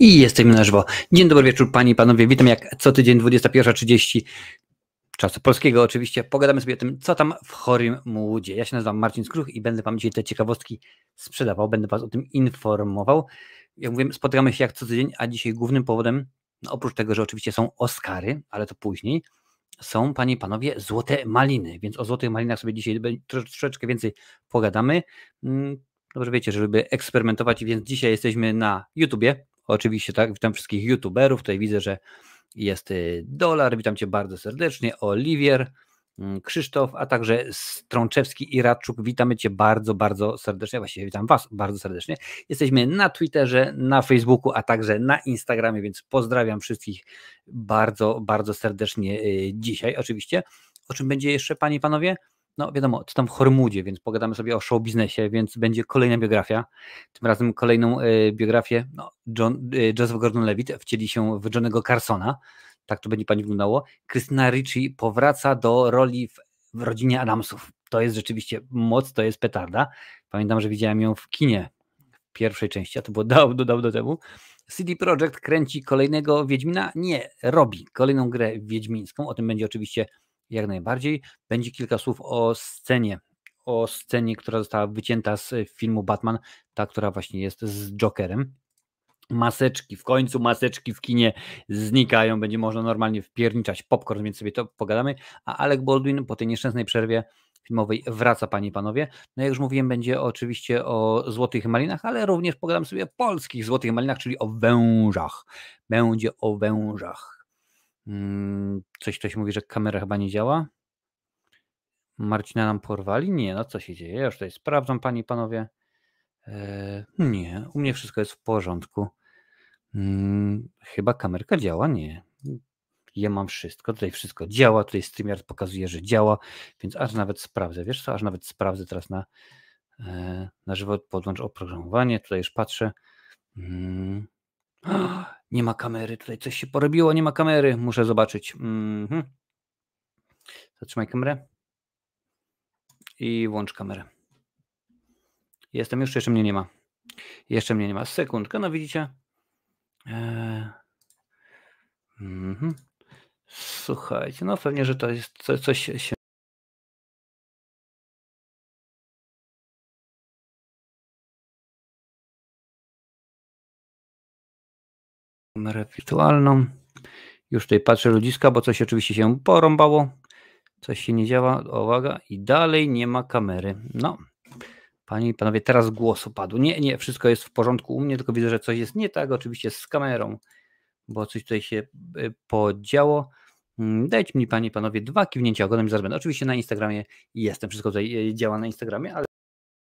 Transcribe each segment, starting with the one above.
I jesteśmy na żywo. Dzień dobry wieczór, panie i panowie. Witam jak co tydzień 21:30 czasu polskiego oczywiście. Pogadamy sobie o tym, co tam w Hollywoodzie. Ja się nazywam Marcin Skruch i będę wam dzisiaj te ciekawostki sprzedawał. Będę was o tym informował. Jak mówię, spotykamy się jak co tydzień, a dzisiaj głównym powodem, no oprócz tego, że oczywiście są Oscary, ale to później, są, panie i panowie, Złote Maliny. Więc o Złotych Malinach sobie dzisiaj troszeczkę więcej pogadamy. Dobrze wiecie, że lubię eksperymentować, więc dzisiaj jesteśmy na YouTubie. Oczywiście tak, witam wszystkich YouTuberów. Tutaj widzę, że jest Dolar, witam cię bardzo serdecznie, Oliwier, Krzysztof, a także Strączewski i Radczuk. Witamy cię bardzo, bardzo serdecznie. Właściwie witam was bardzo serdecznie. Jesteśmy na Twitterze, na Facebooku, a także na Instagramie, więc pozdrawiam wszystkich bardzo, bardzo serdecznie dzisiaj. Oczywiście. O czym będzie jeszcze, panie i panowie? No wiadomo, co tam w Hollywoodzie, więc pogadamy sobie o show biznesie, więc będzie kolejna biografia. Tym razem kolejną biografię Joseph Gordon-Levitt wcieli się w Johnnego Carsona. Tak to będzie pani wyglądało. Krystyna Ricci powraca do roli w Rodzinie Adamsów. To jest rzeczywiście moc, to jest petarda. Pamiętam, że widziałem ją w kinie w pierwszej części, a to było dawno temu. CD Projekt kręci kolejnego Wiedźmina? Nie, robi kolejną grę wiedźmińską. O tym będzie oczywiście jak najbardziej. Będzie kilka słów o scenie, która została wycięta z filmu Batman, ta, która właśnie jest z Jokerem. Maseczki, w końcu maseczki w kinie znikają, będzie można normalnie wpierniczać popcorn, więc sobie to pogadamy, a Alec Baldwin po tej nieszczęsnej przerwie filmowej wraca, panie i panowie. No jak już mówiłem, będzie oczywiście o Złotych Malinach, ale również pogadam sobie o polskich Złotych Malinach, czyli o wężach. Będzie o wężach. Ktoś mówi, że kamera chyba nie działa. Marcina nam porwali? Nie, no co się dzieje? Ja już tutaj sprawdzam, panie i panowie. Nie, u mnie wszystko jest w porządku. Chyba kamerka działa? Nie. Ja mam wszystko, tutaj wszystko działa, tutaj StreamYard pokazuje, że działa, więc aż nawet sprawdzę, wiesz co, aż nawet sprawdzę teraz na żywo, podłącz oprogramowanie, tutaj już patrzę. Nie ma kamery, tutaj coś się porobiło, nie ma kamery, muszę zobaczyć. Zatrzymaj kamerę i włącz kamerę. Jestem już, jeszcze mnie nie ma. Jeszcze mnie nie ma. Sekundkę, no widzicie. Słuchajcie, no pewnie, że to jest coś się... Kamerę wirtualną. Już tutaj patrzę ludziska, bo coś oczywiście się porąbało. Coś się nie działa. Uwaga. I dalej nie ma kamery. No, panie i panowie, teraz głos padł. Nie, wszystko jest w porządku u mnie, tylko widzę, że coś jest nie tak oczywiście z kamerą, bo coś tutaj się podziało. Dajcie mi, panie i panowie, 2 kiwnięcia ogonem i zaraz będę. Oczywiście na Instagramie jestem, wszystko tutaj działa na Instagramie, ale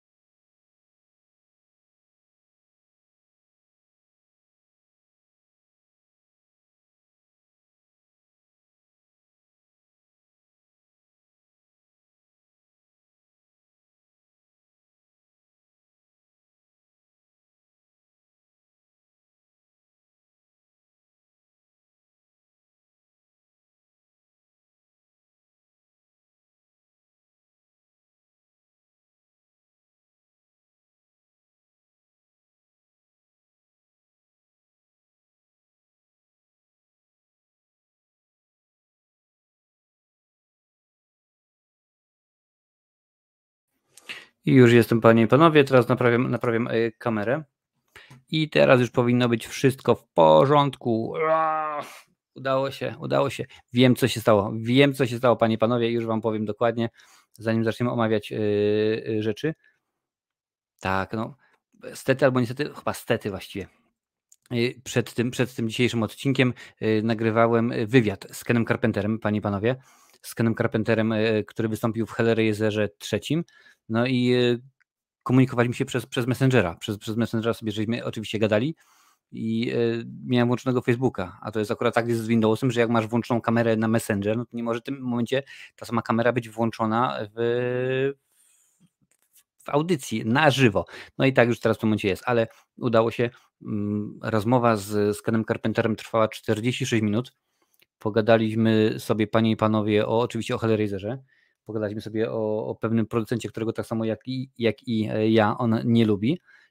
i już jestem, panie i panowie, teraz naprawiam kamerę i teraz już powinno być wszystko w porządku. Udało się. Wiem, co się stało, panie i panowie, już wam powiem dokładnie, zanim zaczniemy omawiać rzeczy. Tak, no, stety albo niestety, chyba stety właściwie. Przed tym dzisiejszym odcinkiem nagrywałem wywiad z Kenem Carpenterem, panie i panowie. Z Kenem Carpenterem, który wystąpił w Hellraiserze 3. No i komunikowaliśmy się przez Messengera. Przez Messengera sobie żeśmy oczywiście gadali i miałem włączonego Facebooka, a to jest akurat tak z Windowsem, że jak masz włączoną kamerę na Messenger, no to nie może w tym momencie ta sama kamera być włączona w audycji na żywo. No i tak już teraz w tym momencie jest, ale udało się. Rozmowa z Kenem Carpenterem trwała 46 minut. Pogadaliśmy sobie, panie i panowie, oczywiście o Hellraiserze. Pogadaliśmy sobie o pewnym producencie, którego tak samo jak i ja on nie lubi.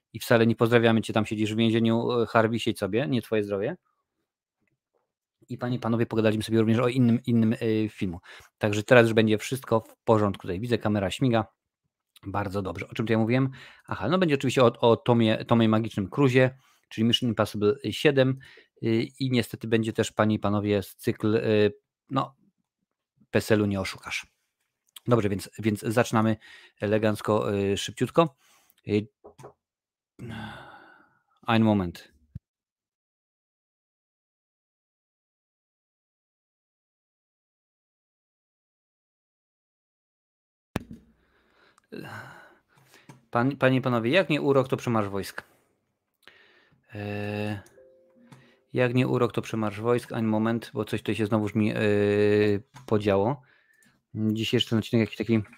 i wcale nie pozdrawiamy cię, tam siedzisz w więzieniu, Harvey, siedź sobie, nie twoje zdrowie. I panie i panowie, pogadaliśmy sobie również o innym filmu. Także teraz już będzie wszystko w porządku. Tutaj widzę, kamera śmiga. Bardzo dobrze. O czym tu ja mówiłem? Aha, no będzie oczywiście o Tomie Magicznym Cruzie, czyli Mission Impossible 7 i niestety będzie też, panie i panowie, z cykl, no, PESEL-u nie oszukasz. Dobrze, więc zaczynamy elegancko, szybciutko. Ein Moment. Panie i panowie, jak nie urok, to przemarsz wojsk. Jak nie urok, to przemarsz wojsk. Ein Moment, bo coś tutaj się znowuż mi podziało. Dzisiejszy ten odcinek jakiś taki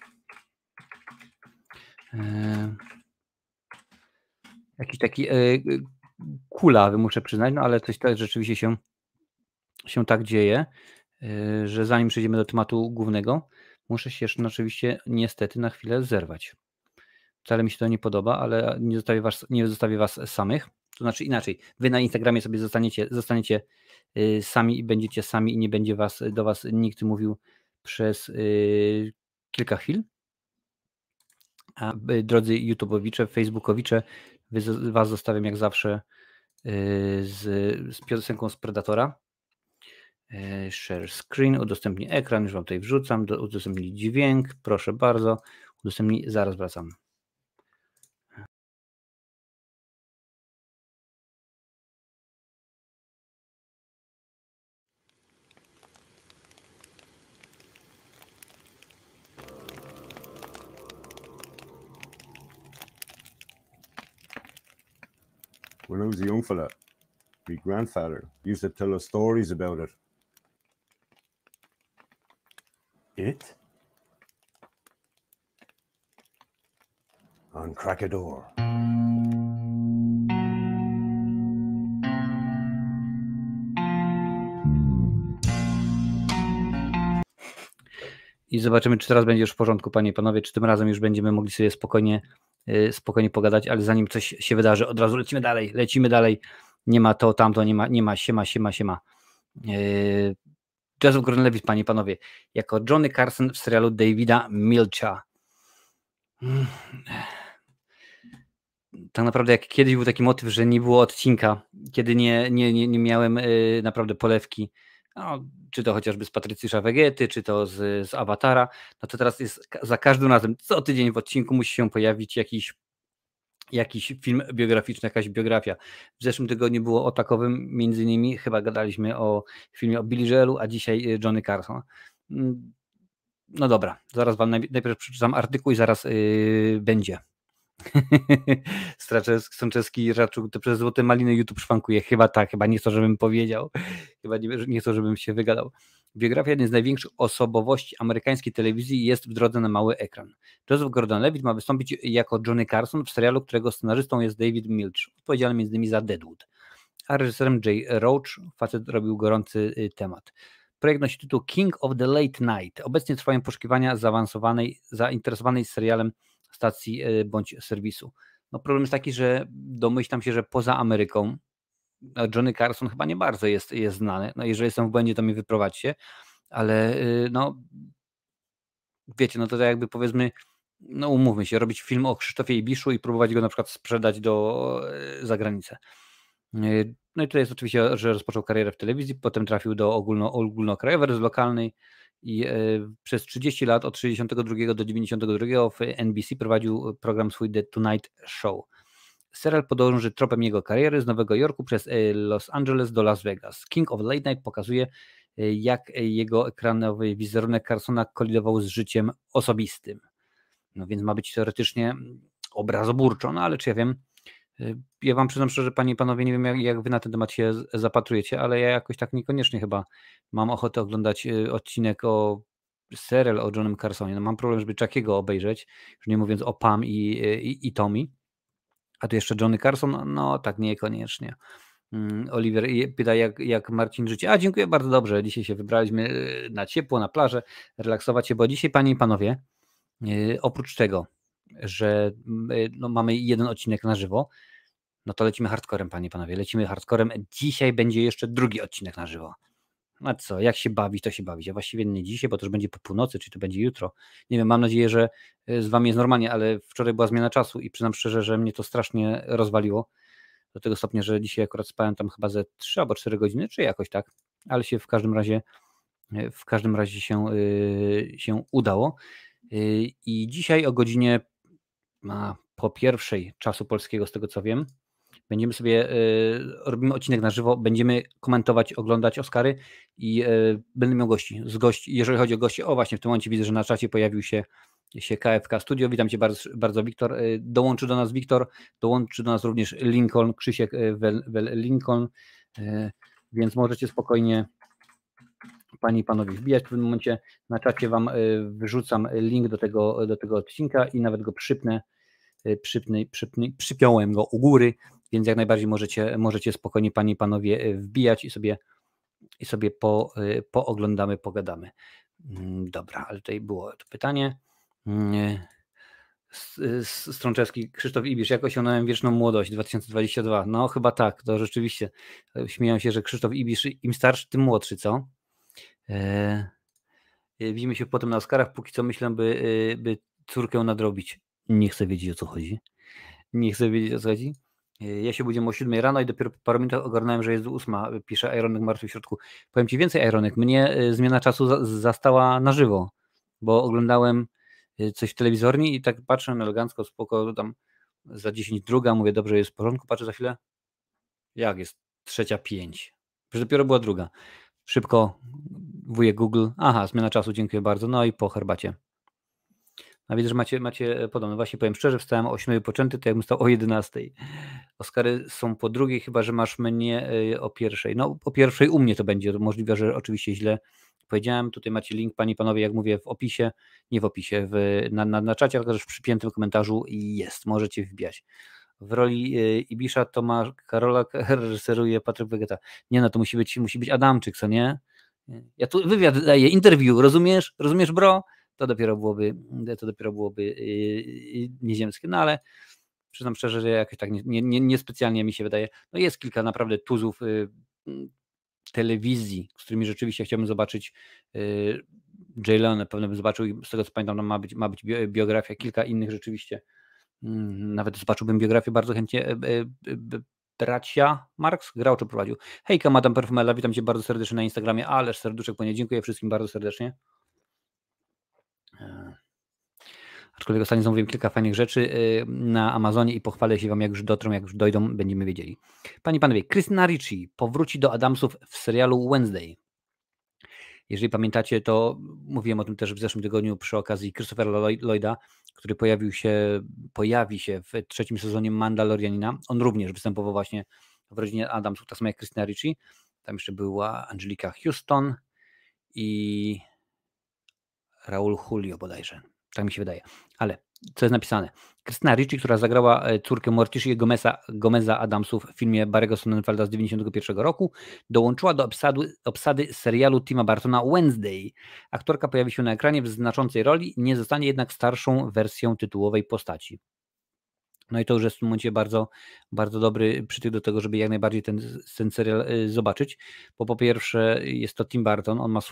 kulawy, muszę przyznać, no ale coś tak rzeczywiście się tak dzieje, że zanim przejdziemy do tematu głównego, muszę się jeszcze oczywiście niestety na chwilę zerwać. Wcale mi się to nie podoba, ale nie zostawię was samych. To znaczy inaczej, wy na Instagramie sobie zostaniecie sami i będziecie sami i nie będzie do was nikt mówił przez kilka chwil. A drodzy YouTubeowicze, Facebookowicze, was zostawiam jak zawsze z piosenką z Predatora. Share screen, udostępnij ekran, już wam tutaj wrzucam, udostępnij dźwięk, proszę bardzo, udostępnij, zaraz wracam. When I was a young fella, my grandfather used to tell us stories about it. It? On Crackador. I zobaczymy, czy teraz będzie już w porządku, panie i panowie, czy tym razem już będziemy mogli sobie spokojnie pogadać, ale zanim coś się wydarzy, od razu lecimy dalej. Nie ma to, tamto, nie ma, siema. Joseph Gordon-Levitt, panie i panowie, jako Johnny Carson w serialu Davida Milcha. Tak naprawdę jak kiedyś był taki motyw, że nie było odcinka, kiedy nie miałem naprawdę polewki, no, czy to chociażby z Patrycjusza Wegety, czy to z Awatara, no to teraz jest za każdym razem, co tydzień w odcinku musi się pojawić jakiś film biograficzny, jakaś biografia. W zeszłym tygodniu było o takowym, między innymi chyba gadaliśmy o filmie o Billy Joelu, a dzisiaj Johnny Carson. No dobra, zaraz wam najpierw przeczytam artykuł i zaraz będzie. Strączewski raczył to przez złote maliny YouTube szwankuje. Chyba tak, chyba nie chcę, żebym powiedział. Chyba nie chcę, żebym się wygadał. Biografia jednej z największych osobowości amerykańskiej telewizji jest w drodze na mały ekran. Joseph Gordon-Levitt ma wystąpić jako Johnny Carson w serialu, którego scenarzystą jest David Milch, odpowiedzialny m.in. za Deadwood. A reżyserem Jay Roach, facet robił gorący temat. Projekt nosi tytuł King of the Late Night. Obecnie trwają poszukiwania zainteresowanej serialem stacji bądź serwisu. No problem jest taki, że domyślam się, że poza Ameryką Johnny Carson chyba nie bardzo jest znany. No jeżeli jestem w błędzie, to mi wyprowadźcie, ale no wiecie, no to tak jakby powiedzmy, no umówmy się, robić film o Krzysztofie Ibiszu i próbować go na przykład sprzedać za granicę. No i tutaj jest oczywiście, że rozpoczął karierę w telewizji, potem trafił do ogólnokrajowej, z lokalnej i przez 30 lat, od 62 do 92 w NBC prowadził program swój The Tonight Show. Serial podąży tropem jego kariery z Nowego Jorku przez Los Angeles do Las Vegas. King of Late Night pokazuje, jak jego ekranowy wizerunek Carsona kolidował z życiem osobistym. No więc ma być teoretycznie obrazoburczo, no ale czy ja wiem, ja wam przyznam szczerze, panie i panowie, nie wiem jak wy na ten temat się zapatrujecie, ale ja jakoś tak niekoniecznie chyba mam ochotę oglądać odcinek serial o Johnem Carsonie. No mam problem, żeby Chuckiego obejrzeć, już nie mówiąc o Pam i Tommy. A tu jeszcze Johnny Carson? No tak niekoniecznie. Oliver pyta, jak Marcin życie. A dziękuję bardzo, dobrze. Dzisiaj się wybraliśmy na ciepło, na plażę, relaksować się, bo dzisiaj, panie i panowie, oprócz tego, że no, mamy jeden odcinek na żywo, no to lecimy hardcorem, panie i panowie, lecimy hardcorem. Dzisiaj będzie jeszcze drugi odcinek na żywo. A co, jak się bawić, to się bawić. A właściwie nie dzisiaj, bo to już będzie po północy, czy to będzie jutro. Nie wiem, mam nadzieję, że z wami jest normalnie, ale wczoraj była zmiana czasu i przyznam szczerze, że mnie to strasznie rozwaliło. Do tego stopnia, że dzisiaj akurat spałem tam chyba ze 3 albo 4 godziny, czy jakoś tak, ale się w każdym razie się udało. I dzisiaj o godzinie po pierwszej czasu polskiego, z tego co wiem, będziemy sobie, robimy odcinek na żywo, będziemy komentować, oglądać Oscary i będę miał gości. Jeżeli chodzi o gości, właśnie w tym momencie widzę, że na czacie pojawił się KFK Studio. Witam Cię bardzo, bardzo Wiktor. Dołączy do nas Wiktor, dołączy do nas również Lincoln, Krzysiek Lincoln, więc możecie spokojnie, panie i panowie, wbijać. W tym momencie na czacie Wam wyrzucam link do tego odcinka i nawet go przypiąłem go u góry, więc jak najbardziej możecie spokojnie, panie i panowie, wbijać i sobie pooglądamy, pogadamy. Dobra, ale tutaj było to pytanie. Strączewski, Krzysztof Ibisz, jak osiągnąłem wieczną młodość 2022? No chyba tak, to rzeczywiście. Śmieją się, że Krzysztof Ibisz im starszy, tym młodszy, co? Widzimy się potem na Oscarach, póki co myślę, by córkę nadrobić. Nie chcę wiedzieć, o co chodzi. Ja się budziłem o 7 rano i dopiero po paru minutach ogarnąłem, że jest 8, pisze Ironek martwy w środku. Powiem Ci więcej, Ironek, mnie zmiana czasu zastała na żywo, bo oglądałem coś w telewizorni i tak patrzę elegancko, spoko, tam za 10:02, mówię, dobrze, jest w porządku, patrzę za chwilę, jak jest 3:05, że dopiero była 2. Szybko, wujek Google, aha, zmiana czasu, dziękuję bardzo, no i po herbacie. A widzę, że macie podobno. Właśnie powiem szczerze, wstałem o 8 poczęty, to jakbym stał o 11. Oscary są po 2, chyba że masz mnie o 1. No o 1 u mnie to będzie. Możliwe, że oczywiście źle powiedziałem. Tutaj macie link, panie i panowie, jak mówię, w opisie, nie w opisie, na czacie, tylko też w przypiętym komentarzu jest. Możecie wbijać. W roli Ibisza Tomasz Karola reżyseruje Patryk Wegeta. Nie no, to musi być Adamczyk, co nie? Ja tu wywiad daję, interview, rozumiesz? Rozumiesz, bro? To dopiero byłoby nieziemskie, no ale przyznam szczerze, że jakoś tak niespecjalnie mi się wydaje. No jest kilka naprawdę tuzów telewizji, z którymi rzeczywiście chciałbym zobaczyć. Jay Leno na pewno bym zobaczył i z tego co pamiętam, ma być biografia, kilka innych rzeczywiście. Nawet zobaczyłbym biografię bardzo chętnie. Bracia Marx grał czy prowadził. Hejka, Madame Perfumella, witam Cię bardzo serdecznie na Instagramie, ależ serduszek płynie, dziękuję wszystkim bardzo serdecznie. Aczkolwiek ostatnio zamówiłem kilka fajnych rzeczy na Amazonie i pochwalę się Wam, jak już dotrą, jak już dojdą, będziemy wiedzieli. Panie i panowie, Christina Ricci powróci do Adamsów w serialu Wednesday. Jeżeli pamiętacie, to mówiłem o tym też w zeszłym tygodniu przy okazji Christophera Lloyda, który pojawi się w 3. sezonie Mandalorianina. On również występował właśnie w rodzinie Adamsów, tak samo jak Christina Ricci. Tam jeszcze była Angelika Houston i Raul Julio bodajże. Tak mi się wydaje. Ale co jest napisane? Christina Ricci, która zagrała córkę Morticia Gomeza Adamsów w filmie Barry'ego Sonnenfelda z 1991 roku, dołączyła do obsady serialu Tima Burtona Wednesday. Aktorka pojawi się na ekranie w znaczącej roli, nie zostanie jednak starszą wersją tytułowej postaci. No i to już jest w tym momencie bardzo, bardzo dobry przytyk do tego, żeby jak najbardziej ten serial zobaczyć, bo po pierwsze jest to Tim Burton, on ma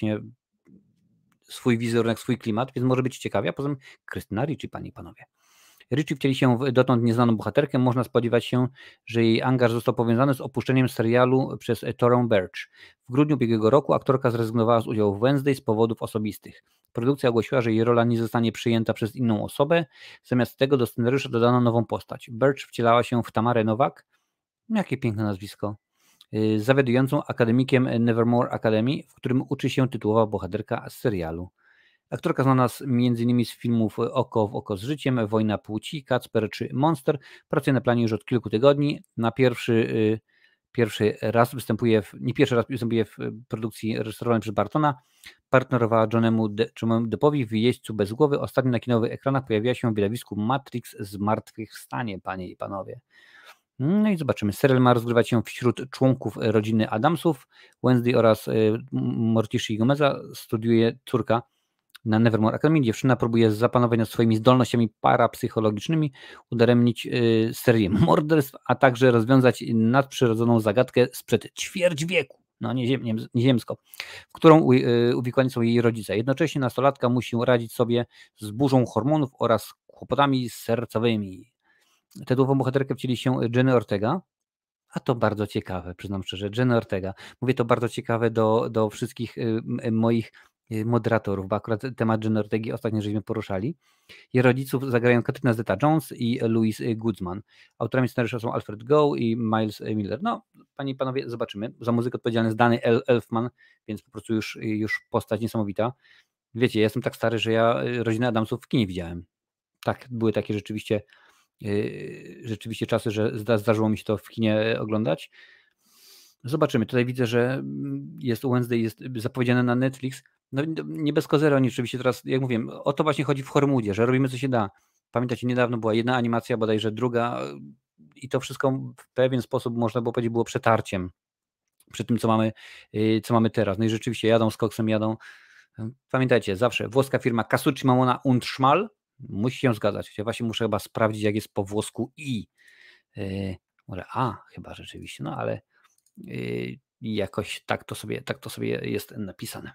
swój wizerunek, swój klimat, więc może być ciekawie, a poza tym Christina Ricci, panie i panowie. Ricci wcieli się w dotąd nieznaną bohaterkę, można spodziewać się, że jej angaż został powiązany z opuszczeniem serialu przez Torę Birch. W grudniu ubiegłego roku aktorka zrezygnowała z udziału w Wednesday z powodów osobistych. Produkcja ogłosiła, że jej rola nie zostanie przyjęta przez inną osobę, zamiast tego do scenariusza dodano nową postać. Birch wcielała się w Tamarę Nowak, jakie piękne nazwisko, zawiadującą akademikiem Nevermore Academy, w którym uczy się tytułowa bohaterka z serialu. Aktorka znana m.in. z filmów Oko w oko z życiem, Wojna płci, Kacper czy Monster, pracuje na planie już od kilku tygodni. Na pierwszy raz występuje w produkcji reżyserowanej przez Bartona. Partnerowała Johnemu Deppowi w Jeźdźcu bez głowy. Ostatnio na kinowych ekranach pojawiła się w widowisku Matrix zmartwychwstanie, panie i panowie. No i zobaczymy. Serial ma rozgrywać się wśród członków rodziny Adamsów. Wednesday oraz Morticia Gomeza studiuje córka Na Nevermore Academy dziewczyna próbuje zapanować nad swoimi zdolnościami parapsychologicznymi, udaremnić serię morderstw, a także rozwiązać nadprzyrodzoną zagadkę sprzed ćwierć wieku, no nieziemsko, w którą uwikłani są jej rodzice. Jednocześnie nastolatka musi radzić sobie z burzą hormonów oraz kłopotami sercowymi. Tytułową bohaterkę wcieli się Jenny Ortega, a to bardzo ciekawe, przyznam szczerze, Jenny Ortega. Mówię to bardzo ciekawe do wszystkich moich moderatorów, bo akurat temat Jenny Ortegi ostatnio żeśmy poruszali. Jej rodziców zagrają Katrina Zeta-Jones i Louis Guzman. Autorami scenariusza są Alfred Gough i Miles Miller. No, panie i panowie, zobaczymy. Za muzykę odpowiedzialny jest Danny Elfman, więc po prostu już postać niesamowita. Wiecie, ja jestem tak stary, że ja Rodzinę Adamsów w kinie widziałem. Tak, były takie rzeczywiście czasy, że zdarzyło mi się to w kinie oglądać. Zobaczymy. Tutaj widzę, że jest Wednesday, jest zapowiedziane na Netflix. No nie bez kozery oni oczywiście teraz, jak mówiłem, o to właśnie chodzi w Horrormoodzie, że robimy co się da. Pamiętacie, niedawno była jedna animacja, bodajże druga i to wszystko w pewien sposób, można było powiedzieć, było przetarciem przy tym, co mamy teraz. No i rzeczywiście jadą z koksem, jadą. Pamiętajcie, zawsze włoska firma Casucci Mamona und Szmal musi się zgadzać. Ja właśnie muszę chyba sprawdzić, jak jest po włosku i. Może chyba rzeczywiście, no ale jakoś tak to sobie jest napisane.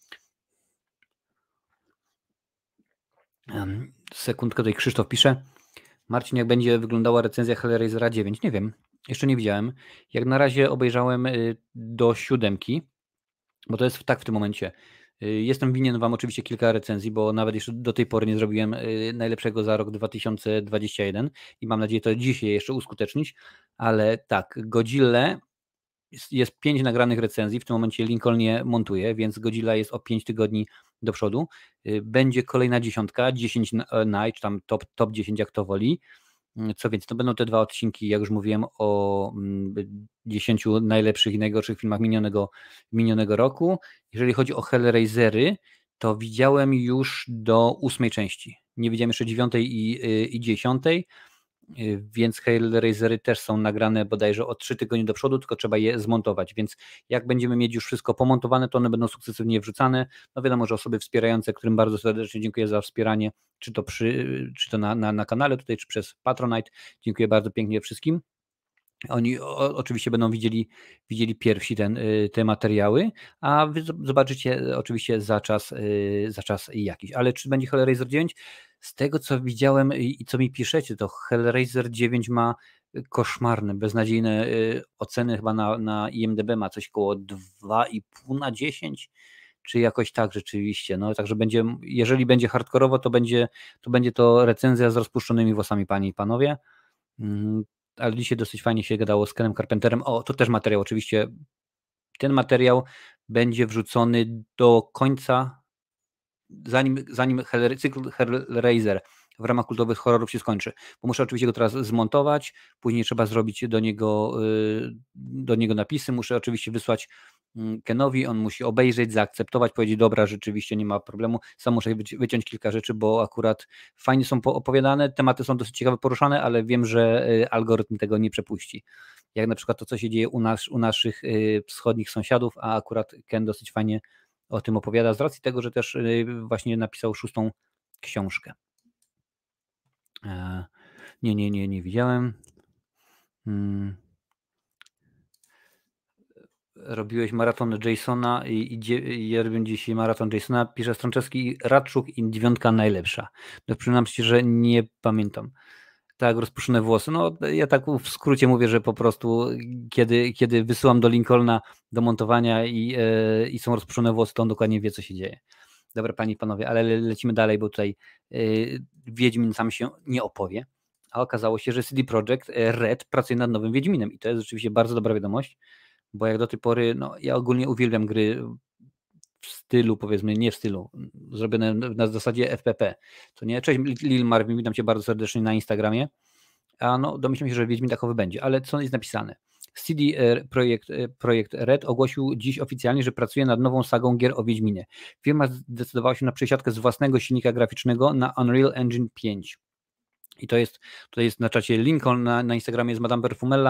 Sekundkę, tutaj Krzysztof pisze. Marcin, jak będzie wyglądała recenzja Hellraisera 9? Nie wiem, jeszcze nie widziałem. Jak na razie obejrzałem do 7, bo to jest tak w tym momencie. Jestem winien wam oczywiście kilka recenzji, bo nawet jeszcze do tej pory nie zrobiłem najlepszego za rok 2021 i mam nadzieję to dzisiaj jeszcze uskutecznić, ale tak, Godzilla jest 5 nagranych recenzji, w tym momencie Lincoln nie montuje, więc Godzilla jest o 5 tygodni do przodu. Będzie kolejna 10, 10 Night, czy tam top 10 jak to woli. Co więcej, to będą te 2 odcinki, jak już mówiłem, o 10 najlepszych i najgorszych filmach minionego roku. Jeżeli chodzi o Hellraisery, to widziałem już do 8 części. Nie widziałem jeszcze 9 i 10, więc Hellraisery też są nagrane bodajże o 3 tygodnie do przodu, tylko trzeba je zmontować, więc jak będziemy mieć już wszystko pomontowane, to one będą sukcesywnie wrzucane. No wiadomo, że osoby wspierające, którym bardzo serdecznie dziękuję za wspieranie, czy to na kanale tutaj, czy przez Patronite, dziękuję bardzo pięknie wszystkim. Oni oczywiście będą widzieli pierwsi te materiały, a wy zobaczycie oczywiście za czas jakiś. Ale czy będzie Hellraiser 9? Z tego co widziałem i co mi piszecie, to Hellraiser 9 ma koszmarne, beznadziejne oceny, chyba na IMDb ma coś koło 2,5 na 10, czy jakoś tak rzeczywiście. No także jeżeli będzie hardkorowo, to będzie to recenzja z rozpuszczonymi włosami, panie i panowie. Ale dzisiaj dosyć fajnie się gadało z Kenem Carpenterem. To też materiał oczywiście. Ten materiał będzie wrzucony do końca, zanim cykl Hellraiser w ramach kultowych horrorów się skończy. Bo muszę oczywiście go teraz zmontować, później trzeba zrobić do niego napisy, muszę oczywiście wysłać Kenowi, on musi obejrzeć, zaakceptować, powiedzieć dobra, rzeczywiście nie ma problemu, sam muszę wyciąć kilka rzeczy, bo akurat fajnie są opowiadane, tematy są dosyć ciekawe poruszane, ale wiem, że algorytm tego nie przepuści. Jak na przykład to, co się dzieje u naszych wschodnich sąsiadów, a akurat Ken dosyć fajnie o tym opowiada, z racji tego, że też właśnie napisał 6. książkę. Nie widziałem. Robiłeś maraton Jasona i ja robię dzisiaj maraton Jasona, pisze Strączewski, Radczuk i 9 najlepsza. No, przyznam się, że nie pamiętam. Tak, rozpuszczone włosy. No ja tak w skrócie mówię, że po prostu kiedy wysyłam do Lincolna do montowania i są rozpuszczone włosy, to on dokładnie wie, co się dzieje. Dobra, panie i panowie, ale lecimy dalej, bo tutaj Wiedźmin sam się nie opowie, a okazało się, że CD Projekt Red pracuje nad nowym Wiedźminem i to jest rzeczywiście bardzo dobra wiadomość, bo jak do tej pory, no ja ogólnie uwielbiam gry w stylu, powiedzmy, nie w stylu, zrobione na zasadzie FPP, to nie? Cześć Lil Marvin, witam cię bardzo serdecznie na Instagramie, a no domyślam się, że Wiedźmin takowy będzie, ale co jest napisane? CD Projekt Red ogłosił dziś oficjalnie, że pracuje nad nową sagą gier o Wiedźminie. Firma zdecydowała się na przesiadkę z własnego silnika graficznego na Unreal Engine 5. I to jest, tutaj jest na czacie Lincoln na Instagramie, jest Madame Perfumella.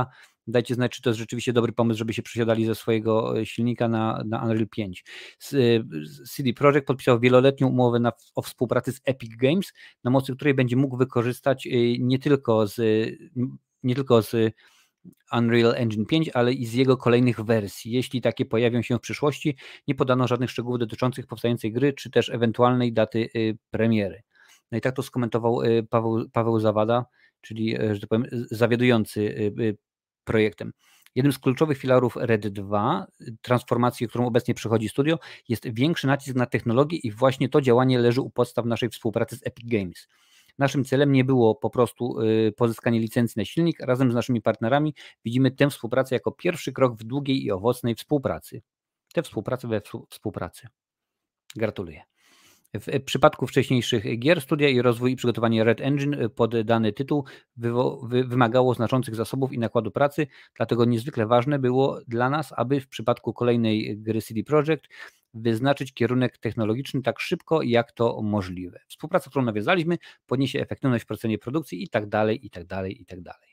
Dajcie znać, czy to jest rzeczywiście dobry pomysł, żeby się przesiadali ze swojego silnika na Unreal 5. CD Projekt podpisał wieloletnią umowę o współpracy z Epic Games, na mocy której będzie mógł wykorzystać nie tylko z Unreal Engine 5, ale i z jego kolejnych wersji. Jeśli takie pojawią się w przyszłości, nie podano żadnych szczegółów dotyczących powstającej gry, czy też ewentualnej daty premiery. No i tak to skomentował Paweł Zawada, czyli, że tak powiem, zawiadujący projektem. Jednym z kluczowych filarów Red 2, transformacji, którą obecnie przechodzi studio, jest większy nacisk na technologię i właśnie to działanie leży u podstaw naszej współpracy z Epic Games. Naszym celem nie było po prostu pozyskanie licencji na silnik. Razem z naszymi partnerami widzimy tę współpracę jako pierwszy krok w długiej i owocnej współpracy. Tę współpracę we współpracy. Gratuluję. W przypadku wcześniejszych gier, studia i rozwój i przygotowanie Red Engine pod dany tytuł wymagało znaczących zasobów i nakładu pracy, dlatego niezwykle ważne było dla nas, aby w przypadku kolejnej gry CD Projekt wyznaczyć kierunek technologiczny tak szybko, jak to możliwe. Współpraca, którą nawiązaliśmy, podniesie efektywność w procesie produkcji i tak dalej, i tak dalej, i tak dalej.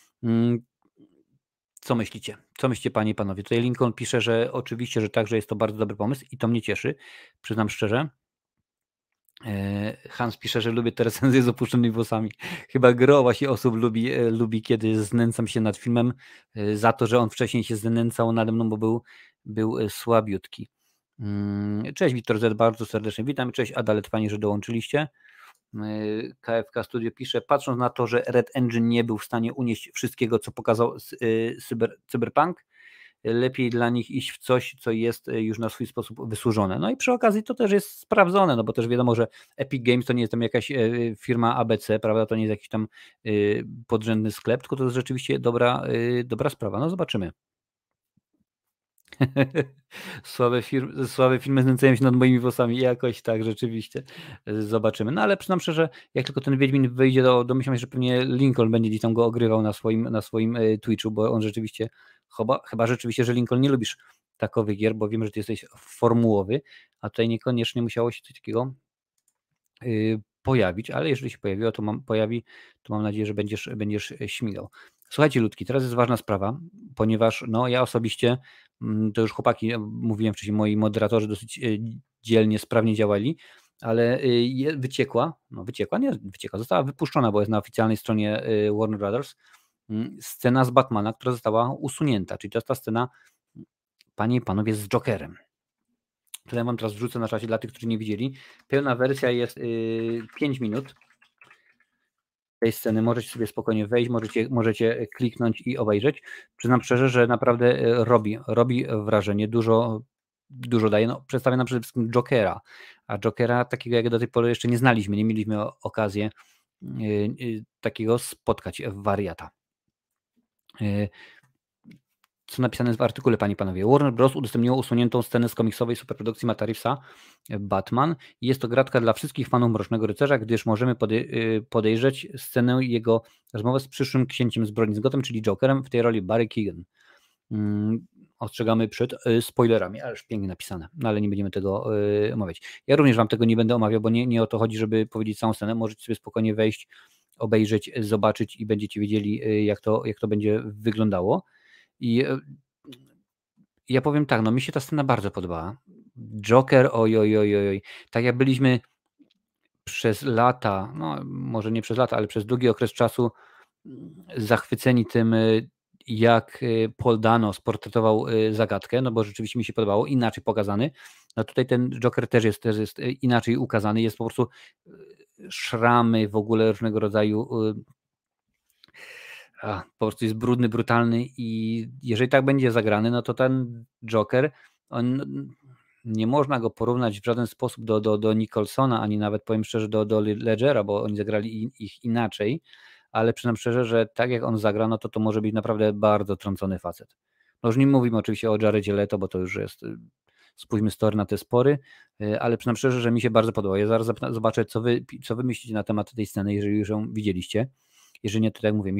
Co myślicie? Co myślicie, panie i panowie? Tutaj Lincoln pisze, że oczywiście, że tak, że jest to bardzo dobry pomysł i to mnie cieszy, przyznam szczerze. Hans pisze, że lubię te recenzje z opuszczonymi włosami. Chyba gro właśnie osób lubi, kiedy znęcam się nad filmem za to, że on wcześniej się znęcał nade mną, bo był słabiutki. Cześć Wiktor Z, bardzo serdecznie witam. Cześć Adalet, fajnie, że dołączyliście. KFK Studio pisze, patrząc na to, że Red Engine nie był w stanie unieść wszystkiego, co pokazał Cyberpunk, lepiej dla nich iść w coś, co jest już na swój sposób wysłużone. No i przy okazji to też jest sprawdzone, no bo też wiadomo, że Epic Games to nie jest tam jakaś firma ABC, prawda, to nie jest jakiś tam podrzędny sklep, tylko to jest rzeczywiście dobra sprawa. No zobaczymy. Słabe filmy znęcają się nad moimi włosami, jakoś tak, rzeczywiście. Zobaczymy. No ale przyznam szczerze, jak tylko ten Wiedźmin wyjdzie, domyślam się, że pewnie Lincoln będzie gdzieś tam go ogrywał na swoim Twitchu, bo on rzeczywiście, chyba rzeczywiście, że Lincoln nie lubisz takowych gier, bo wiem, że ty jesteś formułowy, a tutaj niekoniecznie musiało się coś takiego pojawić, ale jeżeli się pojawiło, to mam nadzieję, że będziesz śmigał. Słuchajcie ludki, teraz jest ważna sprawa, ponieważ no ja osobiście, to już chłopaki, mówiłem wcześniej, moi moderatorzy dosyć dzielnie, sprawnie działali, ale została wypuszczona, bo jest na oficjalnej stronie Warner Brothers, scena z Batmana, która została usunięta, czyli to jest ta scena, panie i panowie, z Jokerem. Tutaj wam teraz wrzucę na czasie dla tych, którzy nie widzieli. Pełna wersja jest 5 minut tej sceny. Możecie sobie spokojnie wejść, możecie kliknąć i obejrzeć. Przyznam szczerze, że naprawdę robi wrażenie. Dużo daje. No, przedstawia nam przede wszystkim Jokera, a Jokera takiego jak do tej pory jeszcze nie znaliśmy. Nie mieliśmy okazji takiego spotkać wariata. Co napisane jest w artykule, panie i panowie. Warner Bros. Udostępniło usuniętą scenę z komiksowej superprodukcji Matta Reevesa Batman. Jest to gratka dla wszystkich fanów Mrocznego Rycerza, gdyż możemy podejrzeć scenę jego rozmowy z przyszłym księciem zbrodni z Gotham, czyli Jokerem, w tej roli Barry Keoghan. Ostrzegamy przed spoilerami, ależ pięknie napisane, no ale nie będziemy tego omawiać. Ja również wam tego nie będę omawiał, bo nie o to chodzi, żeby powiedzieć całą scenę. Możecie sobie spokojnie wejść, obejrzeć, zobaczyć i będziecie wiedzieli, jak to będzie wyglądało. I ja powiem tak, no mi się ta scena bardzo podobała. Joker, oj. Tak jak byliśmy przez lata, no może nie przez lata, ale przez długi okres czasu zachwyceni tym, jak Paul Dano sportretował zagadkę, no bo rzeczywiście mi się podobało, inaczej pokazany. No tutaj ten Joker też jest inaczej ukazany, jest po prostu szramy w ogóle różnego rodzaju, po prostu jest brudny, brutalny i jeżeli tak będzie zagrany, no to ten Joker, on nie można go porównać w żaden sposób do Nicholsona, ani nawet powiem szczerze do Ledgera, bo oni zagrali ich inaczej, ale przyznam szczerze, że tak jak on zagra, no to może być naprawdę bardzo trącony facet. No już nie mówimy oczywiście o Jaredzie Leto, bo to już jest, spójrzmy story na te spory, ale przyznam szczerze, że mi się bardzo podoba. Ja zaraz zobaczę, co wy myślicie na temat tej sceny, jeżeli już ją widzieliście. Jeżeli nie, to tak jak mówię,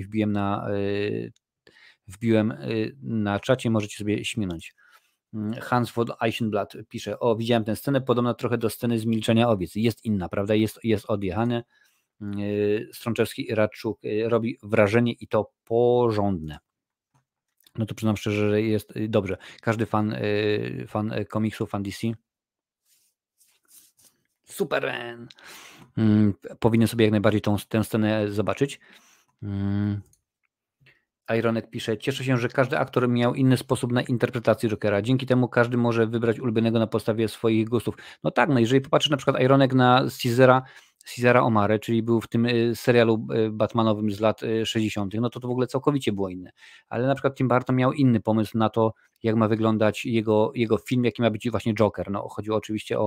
wbiłem na czacie, możecie sobie śminąć. Hans von Eichenblatt pisze, widziałem tę scenę, podobna trochę do sceny z Milczenia owiec. Jest inna, prawda? Jest odjechane. Strączewski i Radczuk robi wrażenie i to porządne. No to przyznam szczerze, że jest dobrze. Każdy fan komiksów, fan DC. Superman! Powinien sobie jak najbardziej tę scenę zobaczyć. Ironek pisze, cieszę się, że każdy aktor miał inny sposób na interpretację Jokera. Dzięki temu każdy może wybrać ulubionego na podstawie swoich gustów. No tak, no jeżeli popatrzysz na przykład Ironek na Cesara O'Mara, czyli był w tym serialu Batmanowym z lat 60., no to w ogóle całkowicie było inne. Ale na przykład Tim Burton miał inny pomysł na to, jak ma wyglądać jego film, jaki ma być właśnie Joker. No chodziło oczywiście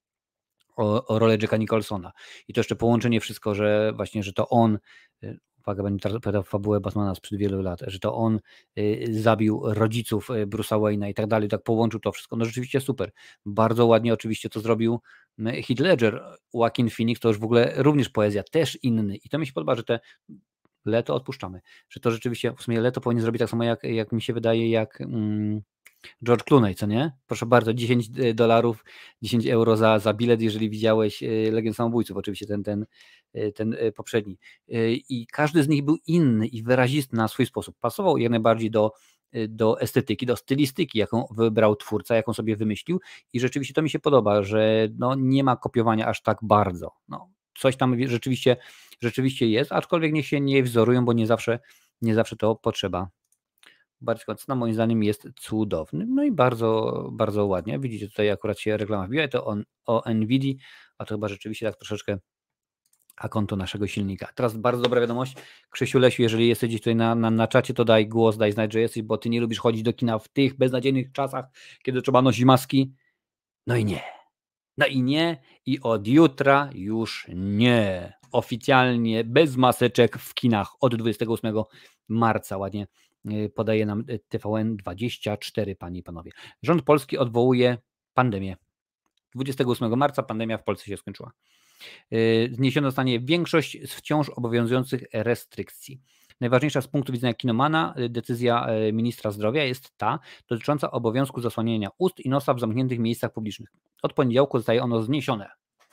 o rolę Jacka Nicholsona. I to jeszcze połączenie wszystko, że właśnie, że to on, uwaga, będę teraz opowiadał fabułę Batmana sprzed wielu lat, że to on zabił rodziców Bruce'a Wayne'a i tak dalej, tak połączył to wszystko. No rzeczywiście super. Bardzo ładnie oczywiście to zrobił Heath Ledger. Joaquin Phoenix to już w ogóle również poezja, też inny. I to mi się podoba, że te Leto odpuszczamy. Że to rzeczywiście, w sumie Leto powinien zrobić tak samo, jak mi się wydaje, jak George Clooney, co nie? Proszę bardzo, $10, 10 euro za bilet, jeżeli widziałeś Legend Samobójców, oczywiście ten poprzedni. I każdy z nich był inny i wyrazisty na swój sposób. Pasował jak najbardziej do estetyki, do stylistyki, jaką wybrał twórca, jaką sobie wymyślił i rzeczywiście to mi się podoba, że no, nie ma kopiowania aż tak bardzo. No, coś tam rzeczywiście jest, aczkolwiek niech się nie wzorują, bo nie zawsze to potrzeba. Bardziej Koncyna moim zdaniem jest cudowny, no i bardzo, bardzo ładnie. Widzicie, tutaj akurat się reklama wbiła, to o NVIDII, a to chyba rzeczywiście tak troszeczkę a konto naszego silnika. Teraz bardzo dobra wiadomość. Krzysiu, Lesiu, jeżeli jesteś gdzieś tutaj na czacie, to daj głos, daj znać, że jesteś, bo ty nie lubisz chodzić do kina w tych beznadziejnych czasach, kiedy trzeba nosić maski. No i nie. No i nie. I od jutra już nie. Oficjalnie bez maseczek w kinach od 28 marca. Ładnie podaje nam TVN24, panie i panowie. Rząd polski odwołuje pandemię. 28 marca pandemia w Polsce się skończyła. Zniesiona zostanie większość z wciąż obowiązujących restrykcji. Najważniejsza z punktu widzenia kinomana decyzja ministra zdrowia jest ta dotycząca obowiązku zasłaniania ust i nosa w zamkniętych miejscach publicznych. Od poniedziałku zostaje ono zniesione.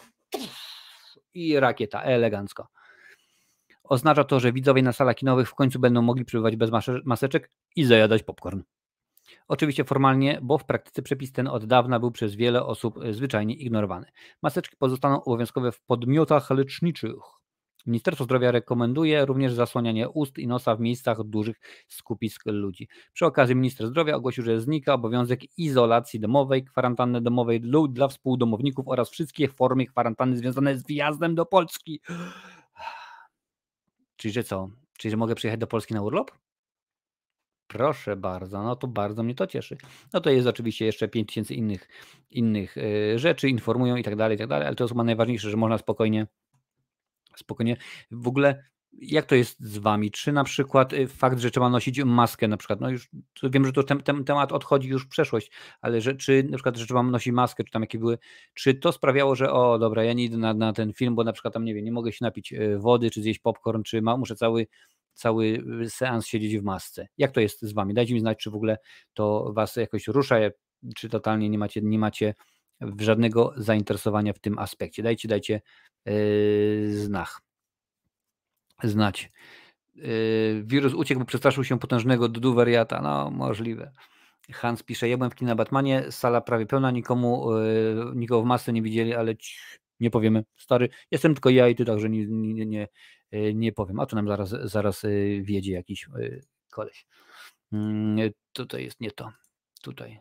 I rakieta, elegancko. Oznacza to, że widzowie na salach kinowych w końcu będą mogli przebywać bez maseczek i zajadać popcorn. Oczywiście formalnie, bo w praktyce przepis ten od dawna był przez wiele osób zwyczajnie ignorowany. Maseczki pozostaną obowiązkowe w podmiotach leczniczych. Ministerstwo Zdrowia rekomenduje również zasłanianie ust i nosa w miejscach dużych skupisk ludzi. Przy okazji minister zdrowia ogłosił, że znika obowiązek izolacji domowej, kwarantanny domowej dla współdomowników oraz wszystkie formy kwarantanny związane z wjazdem do Polski. Czyli że co? Czyli że mogę przyjechać do Polski na urlop? Proszę bardzo, no to bardzo mnie to cieszy. No to jest oczywiście jeszcze 5000 innych rzeczy, informują i tak dalej, ale to jest chyba najważniejsze, że można spokojnie. W ogóle jak to jest z wami? Czy na przykład fakt, że trzeba nosić maskę na przykład, no już wiem, że to ten temat odchodzi już w przeszłość, ale czy na przykład, że trzeba nosić maskę, czy tam jakie były, czy to sprawiało, że o dobra, ja nie idę na ten film, bo na przykład tam nie wiem, nie mogę się napić wody, czy zjeść popcorn, czy muszę cały seans siedzieć w masce. Jak to jest z wami? Dajcie mi znać, czy w ogóle to was jakoś rusza, czy totalnie nie macie żadnego zainteresowania w tym aspekcie. Dajcie znać. Wirus uciekł, bo przestraszył się potężnego dudu wariata. No, możliwe. Hans pisze, ja byłem w kinie na Batmanie, sala prawie pełna, nikogo w masce nie widzieli, ale nie powiemy. Stary, jestem tylko ja i ty, także nie powiem. A to nam zaraz wiedzie jakiś koleś. Tutaj jest nie to. Tutaj.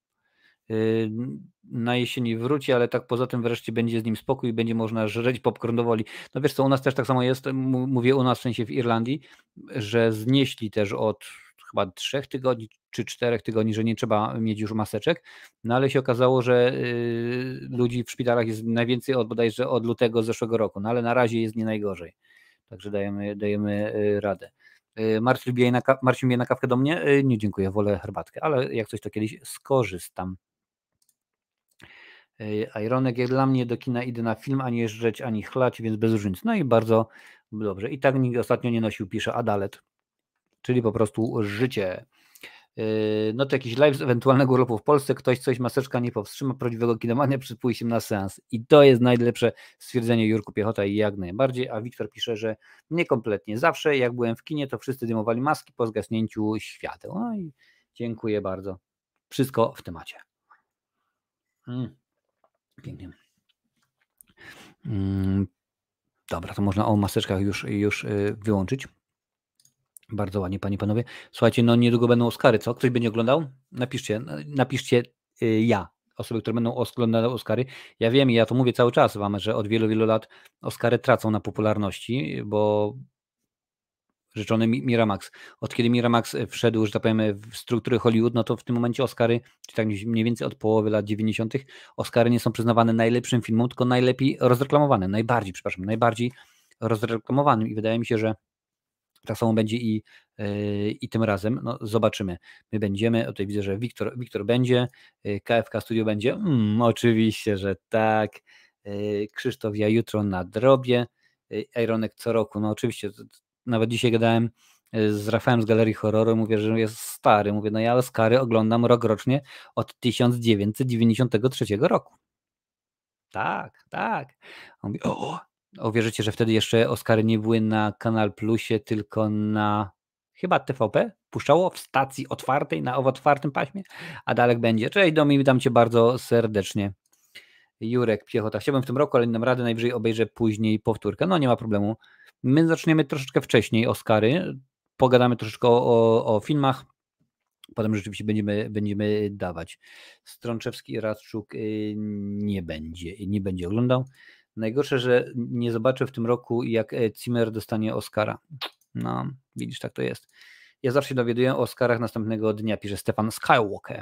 Na jesieni wróci, ale tak poza tym wreszcie będzie z nim spokój i będzie można żreć popcorn do woli. No wiesz co, u nas też tak samo jest, mówię u nas w sensie w Irlandii, że znieśli też od chyba 3 tygodni czy 4 tygodni, że nie trzeba mieć już maseczek, no ale się okazało, że ludzi w szpitalach jest najwięcej bodajże od lutego zeszłego roku, no ale na razie jest nie najgorzej, także dajemy radę. Marcin bije na kawkę do mnie? Nie, dziękuję, wolę herbatkę, ale jak coś to kiedyś skorzystam. Ironek, jak dla mnie do kina idę na film, ani jeżdżeć, ani chlać, więc bez różnicy. No i bardzo dobrze. I tak nikt ostatnio nie nosił, pisze Adalet, czyli po prostu życie. No to jakiś live z ewentualnego urlopu w Polsce, ktoś coś, maseczka nie powstrzyma prawdziwego kinomania przed pójściem na seans. I to jest najlepsze stwierdzenie, Jurku Piechota, i jak najbardziej. A Wiktor pisze, że nie kompletnie. Zawsze jak byłem w kinie, to wszyscy dymowali maski po zgasnięciu świateł. No i dziękuję bardzo. Wszystko w temacie. Pięknie. Dobra, to można o maseczkach już wyłączyć. Bardzo ładnie, panie i panowie. Słuchajcie, no niedługo będą Oscary, co? Ktoś będzie oglądał? Napiszcie osoby, które będą oglądały Oscary. Ja wiem i ja to mówię cały czas wam, że od wielu, wielu lat Oscary tracą na popularności, bo rzeczony Miramax. Od kiedy Miramax wszedł, że tak powiem, w struktury Hollywood, no to w tym momencie Oscary, czy tak mniej więcej od połowy lat 90., Oscary nie są przyznawane najlepszym filmom, tylko najlepiej rozreklamowanym, najbardziej rozreklamowanym i wydaje mi się, że tak samo będzie i tym razem. No, zobaczymy. My będziemy, tutaj widzę, że Wiktor będzie, KFK Studio będzie, oczywiście, że tak. Krzysztof, ja jutro nadrobię. Ironek co roku, no oczywiście, nawet dzisiaj gadałem z Rafałem z Galerii Horroru, mówię, że jest stary. Mówię, no ja Oscary oglądam rokrocznie od 1993 roku. Tak. On mówi, uwierzycie, że wtedy jeszcze Oscary nie były na Kanal Plusie, tylko na chyba TVP? Puszczało w stacji otwartej, na otwartym paśmie? A dalej będzie. Cześć Domi, witam cię bardzo serdecznie. Jurek Piechota, chciałbym w tym roku, ale nie dam rady, najwyżej obejrzę później powtórkę. No nie ma problemu. My zaczniemy troszeczkę wcześniej Oscary, pogadamy troszeczkę o filmach, potem rzeczywiście będziemy dawać. Strączewski i Radczuk nie będzie oglądał. Najgorsze, że nie zobaczę w tym roku, jak Zimmer dostanie Oscara. No, widzisz, tak to jest. Ja zawsze się dowiaduję o Oscarach następnego dnia, pisze Stefan Skywalker.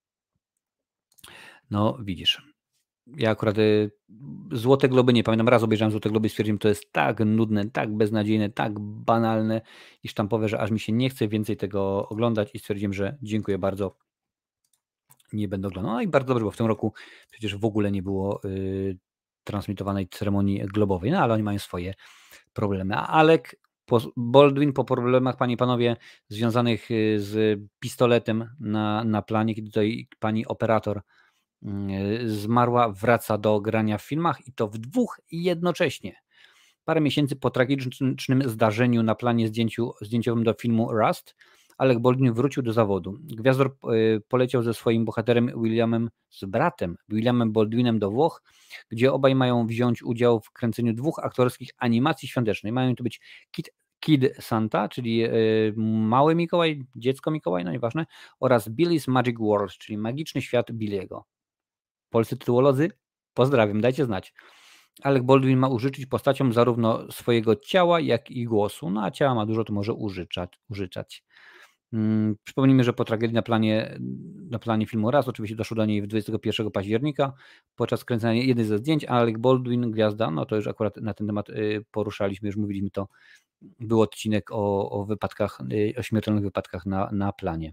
No, widzisz. Ja akurat Złote Globy nie pamiętam, raz obejrzałem Złote Globy i stwierdziłem, to jest tak nudne, tak beznadziejne, tak banalne i sztampowe, że aż mi się nie chce więcej tego oglądać i stwierdziłem, że dziękuję bardzo, nie będę oglądał. No i bardzo dobrze, bo w tym roku przecież w ogóle nie było transmitowanej ceremonii globowej, no ale oni mają swoje problemy. A Alec Baldwin po problemach, panie i panowie, związanych z pistoletem na planie, kiedy tutaj pani operator zmarła, wraca do grania w filmach i to w dwóch jednocześnie. Parę miesięcy po tragicznym zdarzeniu na planie zdjęciowym do filmu Rust, Alec Baldwin wrócił do zawodu. Gwiazdor poleciał ze swoim bohaterem z bratem Williamem Baldwinem do Włoch, gdzie obaj mają wziąć udział w kręceniu dwóch aktorskich animacji świątecznej. Mają to być Kid Santa, czyli Mały Mikołaj, Dziecko Mikołaj, no nieważne, oraz Billy's Magic World, czyli Magiczny Świat Billy'ego. Polscy tytułolodzy, pozdrawiam, dajcie znać. Alec Baldwin ma użyczyć postaciom zarówno swojego ciała, jak i głosu. No a ciała ma dużo, to może użyczać. Przypomnijmy, że po tragedii na planie filmu Raz, oczywiście doszło do niej w 21 października, podczas kręcenia jednej ze zdjęć, Alec Baldwin, gwiazda, no to już akurat na ten temat poruszaliśmy, już mówiliśmy to, był odcinek o wypadkach, o śmiertelnych wypadkach na planie.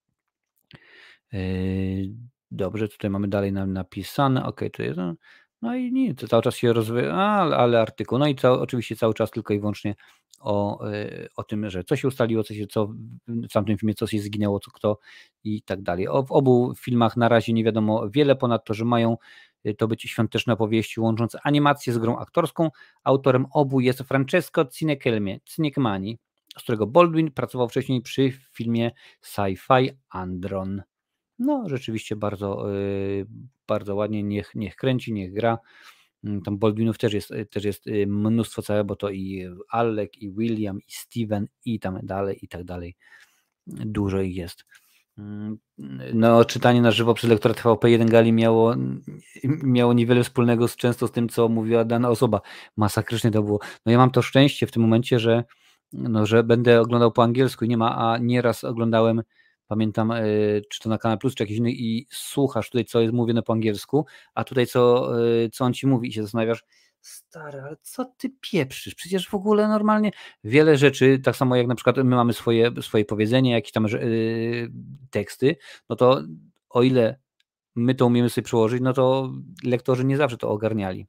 Dobrze, tutaj mamy dalej napisane, ok, to jest, no i nie, to cały czas się rozwija, ale artykuł, no i oczywiście cały czas tylko i wyłącznie o tym, że co się ustaliło, co w tamtym filmie, co się zginęło, co kto i tak dalej. W obu filmach na razie nie wiadomo wiele, ponadto, że mają to być świąteczne opowieści łączące animację z grą aktorską. Autorem obu jest Francesco Cinquemani, z którego Baldwin pracował wcześniej przy filmie sci-fi Andron. No, rzeczywiście bardzo ładnie, niech kręci, niech gra. Tam Baldwinów też jest mnóstwo całe, bo to i Alec, i William, i Steven, i tam dalej, i tak dalej. Dużo ich jest. No, czytanie na żywo przez lektora TVP1 Gali miało niewiele wspólnego często z tym, co mówiła dana osoba. Masakrycznie to było. No ja mam to szczęście w tym momencie, że będę oglądał po angielsku i nie ma, a nieraz oglądałem, pamiętam, czy to na Kanal Plus, czy jakiś inny i słuchasz tutaj, co jest mówione po angielsku, a tutaj co on ci mówi i się zastanawiasz, stary, ale co ty pieprzysz? Przecież w ogóle normalnie wiele rzeczy, tak samo jak na przykład my mamy swoje powiedzenie, jakieś tam teksty, no to o ile my to umiemy sobie przełożyć, no to lektorzy nie zawsze to ogarniali.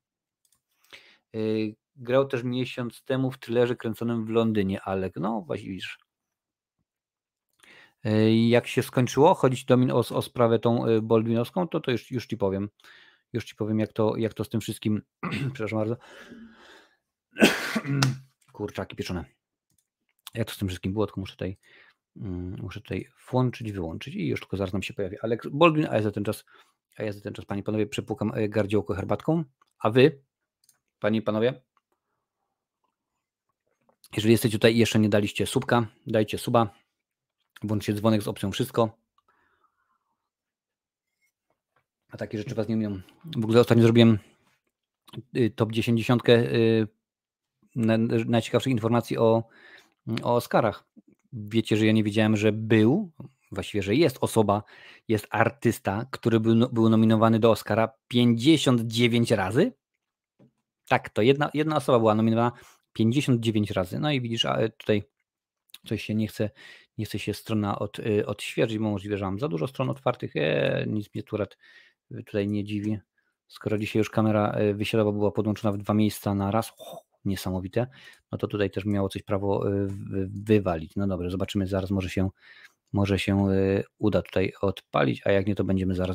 Grał też miesiąc temu w thrillerze kręconym w Londynie, Alec. No, widzisz. Jak się skończyło chodzić Domin o sprawę tą Baldwinowską, to już ci powiem. Już ci powiem, jak to z tym wszystkim. Przepraszam bardzo. Kurczaki pieczone. Jak to z tym wszystkim było, tylko muszę tutaj włączyć, wyłączyć i już tylko zaraz nam się pojawi Alex Baldwin, a ja za ten czas, panie i panowie, przepłukam gardziołko herbatką, a wy, panie i panowie, jeżeli jesteście tutaj i jeszcze nie daliście subka, dajcie suba, włączcie dzwonek z opcją wszystko. A takie rzeczy was nie miałem. W ogóle ostatnio zrobiłem top 10 najciekawszych informacji o Oscarach. Wiecie, że ja nie wiedziałem, że właściwie, że jest artysta, który był nominowany do Oscara 59 razy. Tak, to jedna osoba była nominowana 59 razy. No i widzisz, tutaj coś się nie chce się strona odświeżyć, bo możliwe, że mam za dużo stron otwartych. Nic mnie tutaj nie dziwi. Skoro dzisiaj już kamera wysiadowa była podłączona w 2 miejsca na raz, niesamowite, no to tutaj też miało coś prawo wywalić. No dobrze, zobaczymy, zaraz może się uda tutaj odpalić, a jak nie, to będziemy zaraz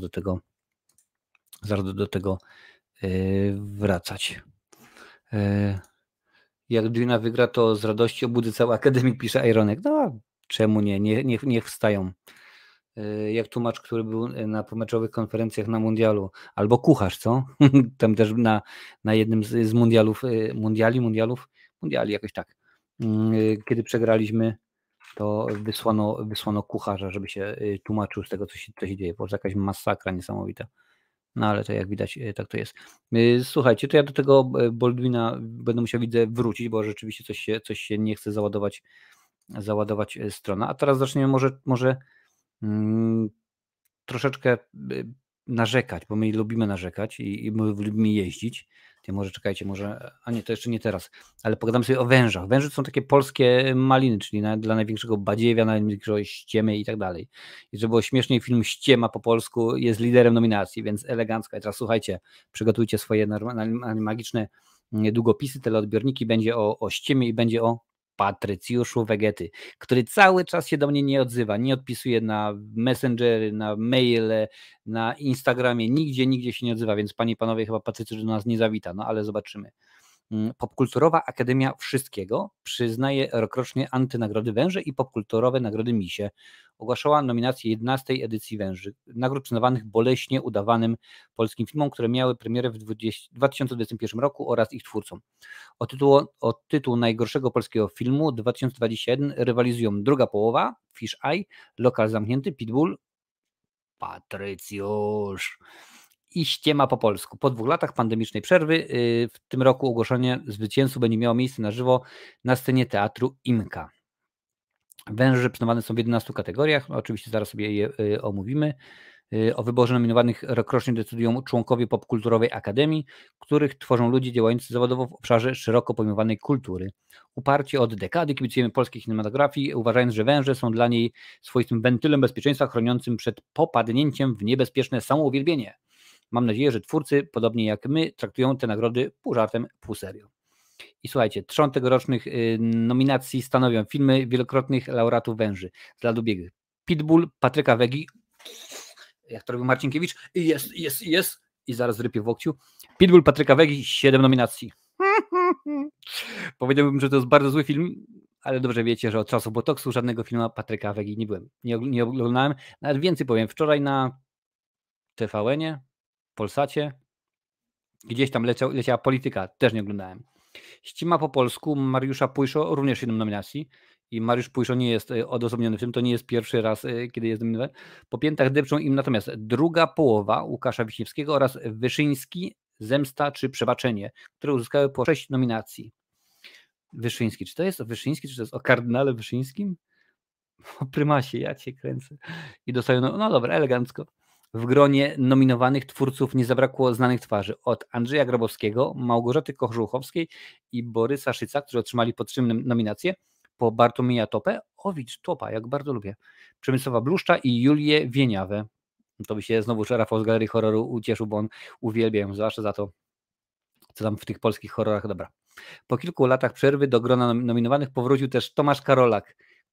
do tego wracać. Jak Dwina wygra, to z radości obudzę cały akademik, pisze Ironek. No, czemu nie? Niech wstają. Jak tłumacz, który był na pomeczowych konferencjach na mundialu, albo kucharz, co? Tam też na jednym z mundiali, jakoś tak. Kiedy przegraliśmy, to wysłano kucharza, żeby się tłumaczył z tego, co się dzieje. Bo to jakaś masakra niesamowita. No ale to jak widać, tak to jest. Słuchajcie, to ja do tego Baldwina będę musiał, widzę, wrócić, bo rzeczywiście coś się nie chce załadować strona. A teraz zaczniemy może troszeczkę narzekać, bo my lubimy narzekać i my lubimy jeździć. Może czekajcie, a nie, to jeszcze nie teraz, ale pogadamy sobie o wężach. Węże to są takie polskie maliny, czyli dla największego badziewia, największego ściemy i tak dalej. I żeby było śmieszniej, film Ściema po polsku jest liderem nominacji, więc elegancko. I teraz słuchajcie, przygotujcie swoje magiczne długopisy, teleodbiorniki, będzie o ściemie i będzie o Patrycjuszu Wegety, który cały czas się do mnie nie odzywa, nie odpisuje na Messengery, na maile, na Instagramie, nigdzie się nie odzywa, więc panie i panowie, chyba Patrycjusz do nas nie zawita, no ale zobaczymy. Popkulturowa Akademia Wszystkiego przyznaje rokrocznie antynagrody Węże i popkulturowe nagrody Misie. Ogłaszała nominację 11. edycji Węży, nagród przyznawanych boleśnie udawanym polskim filmom, które miały premierę w 2021 roku oraz ich twórcom. O tytuł najgorszego polskiego filmu 2021 rywalizują Druga połowa, Fish Eye, Lokal zamknięty, Pitbull, Patrycjusz i Ściema po polsku. Po 2 latach pandemicznej przerwy w tym roku ogłoszenie zwycięzców będzie miało miejsce na żywo na scenie Teatru Imka. Węże przyznawane są w 11 kategoriach, oczywiście zaraz sobie je omówimy. O wyborze nominowanych rokrocznie decydują członkowie Popkulturowej Akademii, których tworzą ludzie działający zawodowo w obszarze szeroko pojmowanej kultury. Uparcie od dekady kibicujemy polskiej kinematografii, uważając, że węże są dla niej swoistym wentylem bezpieczeństwa chroniącym przed popadnięciem w niebezpieczne samouwielbienie. Mam nadzieję, że twórcy, podobnie jak my, traktują te nagrody pół żartem, pół serio. I słuchajcie, trzon tegorocznych nominacji stanowią filmy wielokrotnych laureatów Węży z lat ubiegłych. Pitbull, Patryka Wegi, jak to robił Marcinkiewicz, jest, i zaraz rypie w łokciu. Pitbull, Patryka Wegi, 7 nominacji. Powiedziałbym, że to jest bardzo zły film, ale dobrze wiecie, że od czasów Botoksu żadnego filmu Patryka Wegi nie oglądałem. Nawet więcej powiem, wczoraj na TVN-ie, Polsacie, gdzieś tam leciała Polityka, też nie oglądałem. Ściema po polsku Mariusza Pujszo, również 7 nominacji. I Mariusz Pujszo nie jest odosobniony film, to nie jest pierwszy raz, kiedy jest nominowany. Po piętach depczą im natomiast Druga połowa Łukasza Wiśniewskiego oraz Wyszyński, Zemsta czy Przebaczenie, które uzyskały po 6 nominacji. Wyszyński, czy to jest o Wyszyński, czy to jest o kardynale Wyszyńskim? O prymasie, ja cię kręcę. I dostają, no dobra, elegancko. W gronie nominowanych twórców nie zabrakło znanych twarzy. Od Andrzeja Grabowskiego, Małgorzaty Kożuchowskiej i Borysa Szyca, którzy otrzymali po 3 nominacje, po Bartłomieja Topa, jak bardzo lubię, Przemysława Bluszcza i Julię Wieniawę. To by się znowu Rafał z Galerii Horroru ucieszył, bo on uwielbia ją, zwłaszcza za to, co tam w tych polskich horrorach. Dobra. Po kilku latach przerwy do grona nominowanych powrócił też Tomasz Karolak,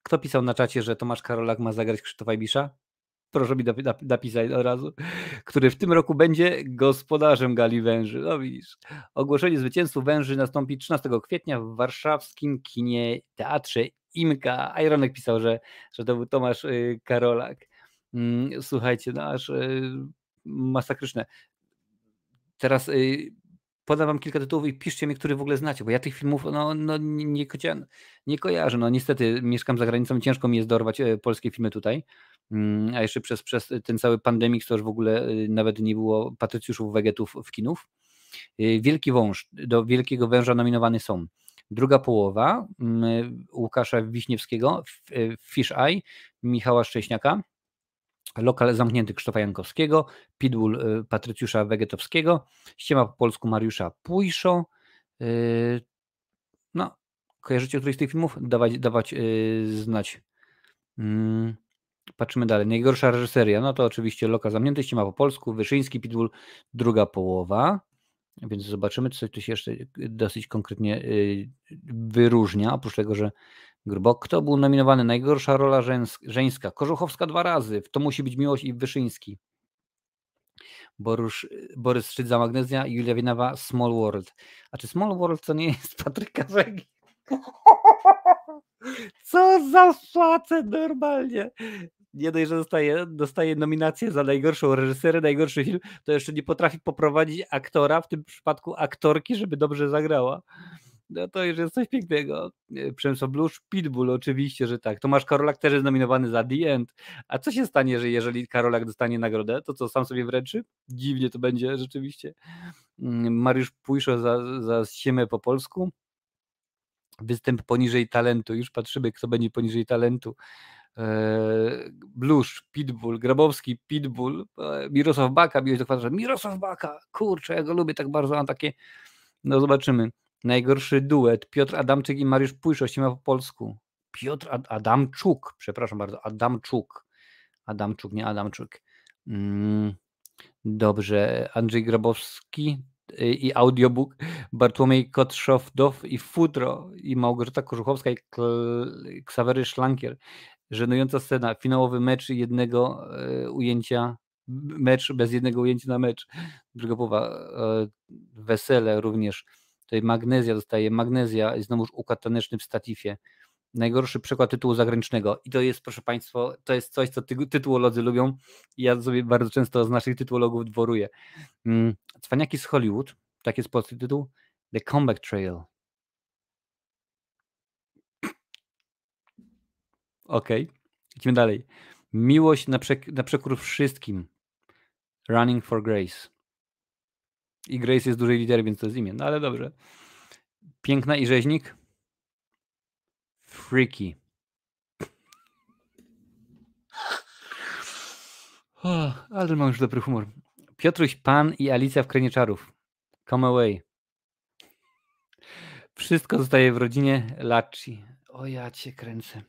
Kto pisał na czacie, że Tomasz Karolak ma zagrać Krzysztofa Ibisza? Proszę mi napisać od razu. Który w tym roku będzie gospodarzem Gali Węży. No widzisz. Ogłoszenie zwycięzców Węży nastąpi 13 kwietnia w warszawskim kinie Teatrze Imka. Ironek pisał, że to był Tomasz Karolak. Słuchajcie, no aż masakryczne. Teraz podam wam kilka tytułów i piszcie mi, który w ogóle znacie, bo ja tych filmów nie kojarzę. No niestety mieszkam za granicą, ciężko mi jest dorwać polskie filmy tutaj, a jeszcze przez ten cały pandemik to już w ogóle nawet nie było Patrycjuszów, Wegetów w kinów. Wielki Wąż, do Wielkiego Węża nominowany są Druga połowa Łukasza Wiśniewskiego, Fish Eye Michała Szcześniaka, Lokal zamknięty Krzysztofa Jankowskiego, Pitbull Patrycjusza Wegetowskiego, Ściema po polsku Mariusza Pujszo. No, kojarzycie któryś z tych filmów? Dawać znać. Patrzymy dalej. Najgorsza reżyseria, no to oczywiście Lokal zamknięty, Ściema po polsku, Wyszyński, Pitbull, Druga połowa. Więc zobaczymy, co tu się jeszcze dosyć konkretnie wyróżnia, oprócz tego, że Grubo. Kto był nominowany? Najgorsza rola żeńska. Kożuchowska 2 razy. To musi być Miłość i Wyszyński. Borys Szydza Magnezja i Julia Wieniawa Small World. A czy Small World to nie jest Patryka Wegi? Co za facet normalnie. Nie dość, że dostaje nominację za najgorszą reżyserę, najgorszy film, to jeszcze nie potrafi poprowadzić aktora, w tym przypadku aktorki, żeby dobrze zagrała. No to już jest coś pięknego. Przemysław Blusz, Pitbull, oczywiście, że tak. Tomasz Karolak też jest nominowany za The End. A co się stanie, że jeżeli Karolak dostanie nagrodę, to co, sam sobie wręczy? Dziwnie to będzie rzeczywiście. Mariusz Pujszo za Ściemę po polsku. Występ poniżej talentu. Już patrzymy, kto będzie poniżej talentu. Blusz, Pitbull, Grabowski, Pitbull, Mirosław Baka, Miłość do kwadratu. Mirosław Baka, kurczę, ja go lubię tak bardzo, mam takie, no zobaczymy. Najgorszy duet, Piotr Adamczyk i Mariusz Pujszo, Ściema po polsku. Piotr Adamczuk, przepraszam bardzo, Adamczuk, nie Adamczuk. Dobrze, Andrzej Grabowski i audiobook, Bartłomiej Kotrzowdow i Futro i Małgorzata Kożuchowska i Ksawery Szlankier. Żenująca scena, finałowy mecz jednego ujęcia, mecz bez jednego ujęcia na mecz. Druga połowa, Wesele również. Tutaj Magnezja dostaje, Magnezja i znowuż układ taneczny w Statifie. Najgorszy przykład tytułu zagranicznego. I to jest, proszę Państwa, to jest coś, co tytułolodzy lubią i ja sobie bardzo często z naszych tytułologów dworuję. Cwaniaki z Hollywood, tak jest polski tytuł, The Comeback Trail. Okej, idźmy dalej. Miłość na przekór wszystkim. Running for Grace. I Grace jest dużej litery, więc to jest imię, no ale dobrze. Piękna i rzeźnik. Freaky. Ale mam już dobry humor. Piotruś Pan i Alicja w Krainie Czarów. Come Away. Wszystko zostaje w rodzinie Lacci. O ja cię kręcę.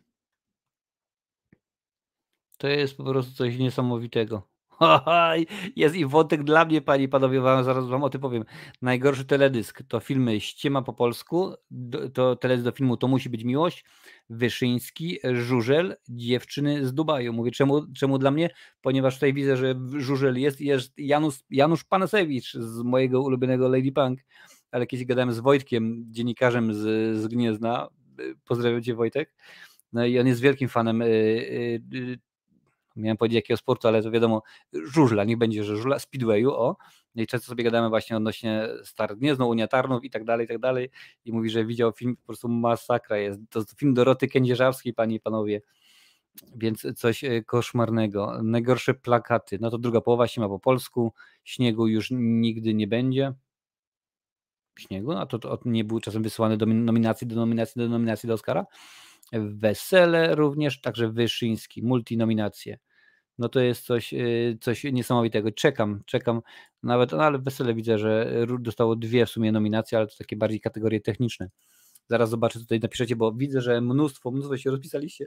To jest po prostu coś niesamowitego. Jest i wątek dla mnie, panie i panowie, zaraz wam o tym powiem. Najgorszy teledysk to filmy Ściema po polsku, to teledysk do filmu To musi być miłość, Wyszyński, Żużel, Dziewczyny z Dubaju. Mówię, czemu dla mnie? Ponieważ tutaj widzę, że Żużel jest Janusz Panasewicz z mojego ulubionego Lady Punk, ale kiedyś gadałem z Wojtkiem, dziennikarzem z Gniezna. Pozdrawiam cię, Wojtek. No i on jest wielkim fanem miałem powiedzieć jakiego sportu, ale to wiadomo, żużla, niech będzie, że żużla, speedwayu, o. I często sobie gadamy właśnie odnośnie Start Gniezno, Unia Tarnów i tak dalej. I mówi, że widział film, po prostu masakra jest. To film Doroty Kędzierzawskiej, panie i panowie. Więc coś koszmarnego. Najgorsze plakaty. No to druga połowa, Ściema po polsku. Śniegu już nigdy nie będzie. Śniegu? A to nie był czasem wysyłany do nominacji do Oscara. Wesele również, także Wyszyński, multinominacje. No to jest coś niesamowitego. Czekam nawet, no ale Wesele widzę, że dostało 2 w sumie nominacje, ale to takie bardziej kategorie techniczne. Zaraz zobaczę, co tutaj napiszecie, bo widzę, że mnóstwo się rozpisaliście.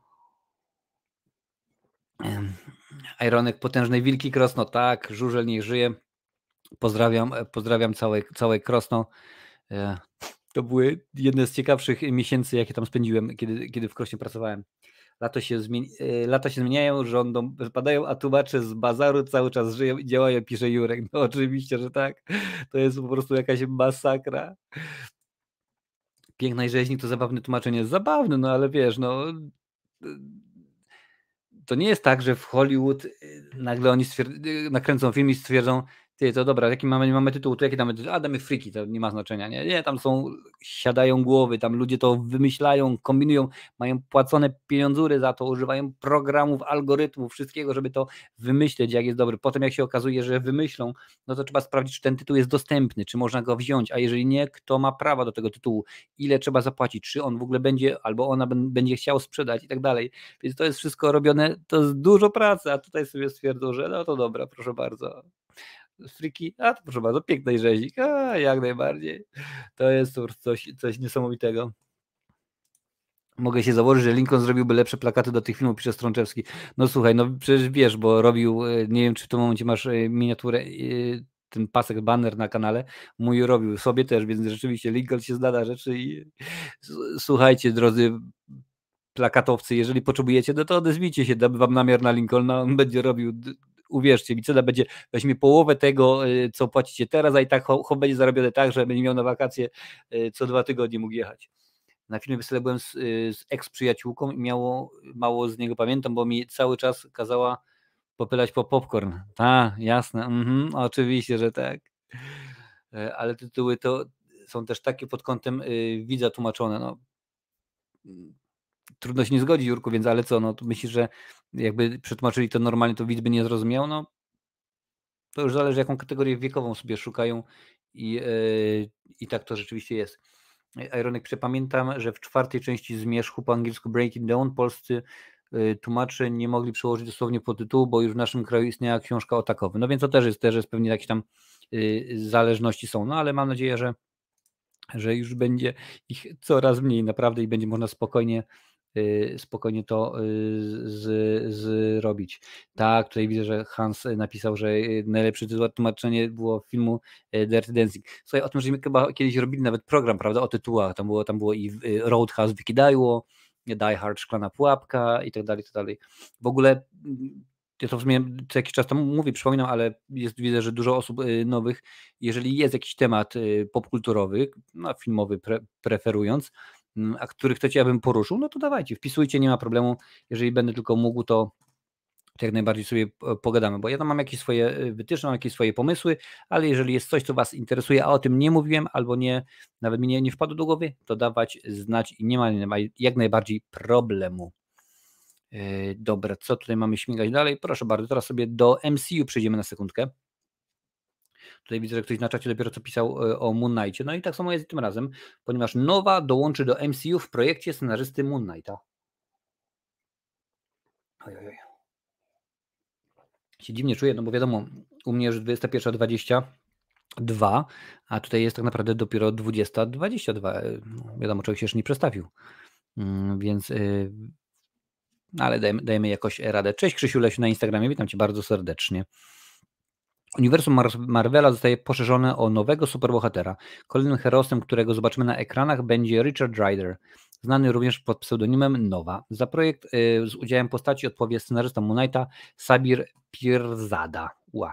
Ironek, potężnej wilki Krosno, tak, żużel niech żyje. Pozdrawiam całe Krosno. To były jedne z ciekawszych miesięcy, jakie tam spędziłem, kiedy w Krośnie pracowałem. Lata się zmieniają, rządą padają, a tłumacze z bazaru cały czas żyją i działają, pisze Jurek. No oczywiście, że tak. To jest po prostu jakaś masakra. Piękna i rzeźnik to zabawne tłumaczenie. Jest zabawne, no ale wiesz, no to nie jest tak, że w Hollywood nagle oni nakręcą film i stwierdzą, ty, to dobra, jaki mamy tytuł, to jaki damy tytuł? A damy Freaky, to nie ma znaczenia, nie, tam siadają głowy, tam ludzie to wymyślają, kombinują, mają płacone pieniądzury za to, używają programów, algorytmów, wszystkiego, żeby to wymyśleć, jak jest dobry. Potem jak się okazuje, że wymyślą, no to trzeba sprawdzić, czy ten tytuł jest dostępny, czy można go wziąć, a jeżeli nie, kto ma prawa do tego tytułu, ile trzeba zapłacić, czy on w ogóle będzie, albo ona będzie chciał sprzedać i tak dalej. Więc to jest wszystko robione, to jest dużo pracy, a tutaj sobie stwierdzą, że no to dobra, proszę bardzo. Freaky, a to proszę bardzo, piękny rzeźnik, a jak najbardziej. To jest po prostu coś niesamowitego. Mogę się założyć, że Lincoln zrobiłby lepsze plakaty do tych filmów, pisze Strączewski. No słuchaj, no przecież wiesz, bo robił, nie wiem czy w tym momencie masz miniaturę, ten pasek, banner na kanale, mój robił sobie też, więc rzeczywiście Lincoln się zna na rzeczy i słuchajcie, drodzy plakatowcy, jeżeli potrzebujecie, no to odezwijcie się, dam wam namiar na Lincolna, on będzie robił, uwierzcie mi, cena weźmie połowę tego, co płacicie teraz, a i tak będzie zarobione tak, że będzie miał na wakacje co 2 tygodnie mógł jechać. Na filmie Wesele byłem z ex-przyjaciółką i mało z niego pamiętam, bo mi cały czas kazała popylać po popcorn. Tak, jasne, oczywiście, że tak. Ale tytuły to są też takie pod kątem widza tłumaczone, no. Trudno się nie zgodzić, Jurku, więc ale co, no to myślisz, że jakby przetłumaczyli to normalnie, to widz by nie zrozumiał? No to już zależy, jaką kategorię wiekową sobie szukają i tak to rzeczywiście jest. Ironek, pamiętam, że w 4. części Zmierzchu po angielsku Breaking Dawn polscy tłumacze nie mogli przełożyć dosłownie po tytułu, bo już w naszym kraju istniała książka o takowy. No więc to też jest pewnie jakieś tam zależności są, no ale mam nadzieję, że już będzie ich coraz mniej naprawdę i będzie można spokojnie to zrobić. Tak, tutaj widzę, że Hans napisał, że najlepsze tłumaczenie było filmu Dirty Dancing. Słuchaj, o tym, żeśmy chyba kiedyś robili nawet program, prawda, o tytułach. Tam było i Roadhouse Wykidajło, Die Hard Szklana Pułapka i tak dalej. W ogóle ja to w sumie co jakiś czas temu mówię, przypominam, ale widzę, że dużo osób nowych, jeżeli jest jakiś temat popkulturowy, no, filmowy preferując, a który chcecie, abym poruszył, no to dawajcie, wpisujcie, nie ma problemu. Jeżeli będę tylko mógł, to jak najbardziej sobie pogadamy, bo ja tam mam jakieś swoje wytyczne, mam jakieś swoje pomysły, ale jeżeli jest coś, co Was interesuje, a o tym nie mówiłem, albo nawet mi nie wpadło do głowy, to dawać znać i nie ma jak najbardziej problemu. Dobra, co tutaj mamy śmigać dalej? Proszę bardzo, teraz sobie do MCU przejdziemy na sekundkę. Tutaj widzę, że ktoś na czacie dopiero co pisał o Moon Knightie. No i tak samo jest tym razem, ponieważ Nowa dołączy do MCU w projekcie scenarzysty Moon Knighta. Ojojoj. Się dziwnie czuję, no bo wiadomo, u mnie już 21:22, a tutaj jest tak naprawdę dopiero 20:22. Wiadomo, człowiek się jeszcze nie przestawił. Więc ale dajmy jakoś radę. Cześć Krzysiu Lesiu na Instagramie, witam Cię bardzo serdecznie. Uniwersum Marvela zostaje poszerzone o nowego superbohatera. Kolejnym herosem, którego zobaczymy na ekranach, będzie Richard Rider, znany również pod pseudonimem Nowa. Za projekt z udziałem postaci odpowie scenarzysta Moon Knighta Sabir Pirzada.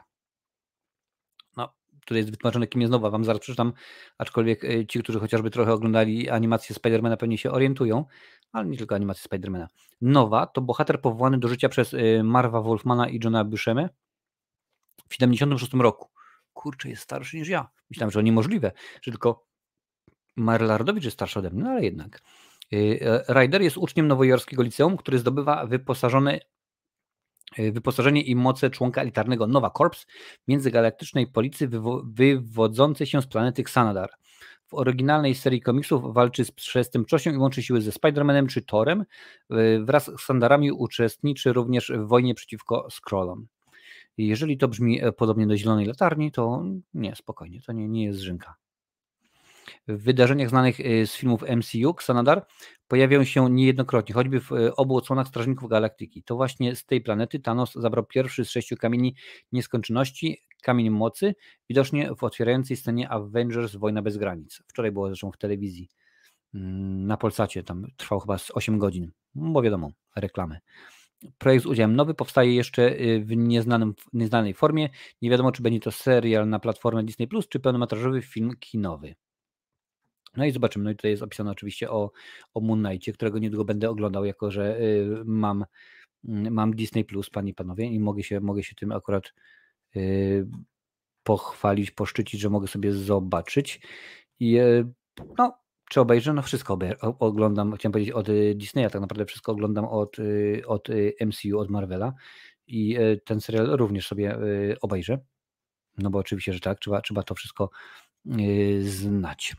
No, tutaj jest wytłumaczone, kim jest Nowa, Wam zaraz przeczytam, aczkolwiek ci, którzy chociażby trochę oglądali animację Spidermana, pewnie się orientują, ale nie tylko animację Spidermana. Nowa to bohater powołany do życia przez Marva Wolfmana i Johna Buscema w 76 roku. Kurczę, jest starszy niż ja. Myślałem, że to niemożliwe, że tylko Marlardowicz jest starszy ode mnie, no ale jednak. Ryder jest uczniem nowojorskiego liceum, który zdobywa wyposażenie i moce członka elitarnego Nova Corps, międzygalaktycznej policji wywodzącej się z planety Xanadar. W oryginalnej serii komiksów walczy z przestępczością i łączy siły ze Spider-Manem czy Thorem. Wraz z Xandarami uczestniczy również w wojnie przeciwko Skrullom. Jeżeli to brzmi podobnie do Zielonej Latarni, to nie, spokojnie, to nie jest Rzynka. W wydarzeniach znanych z filmów MCU Xanadar pojawiają się niejednokrotnie, choćby w obu odsłonach Strażników Galaktyki. To właśnie z tej planety Thanos zabrał pierwszy z 6 kamieni nieskończoności, Kamień Mocy, widocznie w otwierającej scenie Avengers Wojna bez granic. Wczoraj było zresztą w telewizji, na Polsacie, tam trwał chyba z 8 godzin, bo wiadomo, reklamy. Projekt z udziałem nowy powstaje jeszcze w nieznanej formie. Nie wiadomo, czy będzie to serial na platformę Disney+, czy pełnometrażowy film kinowy. No i zobaczymy. No i tutaj jest opisane oczywiście o Moon Knightie, którego niedługo będę oglądał, jako że mam Disney+, panie i panowie, i mogę się tym akurat pochwalić, poszczycić, że mogę sobie zobaczyć. I no, czy obejrzę? No wszystko oglądam, chciałem powiedzieć od Disneya, tak naprawdę wszystko oglądam od MCU, od Marvela i ten serial również sobie obejrzę, no bo oczywiście, że tak, trzeba to wszystko znać.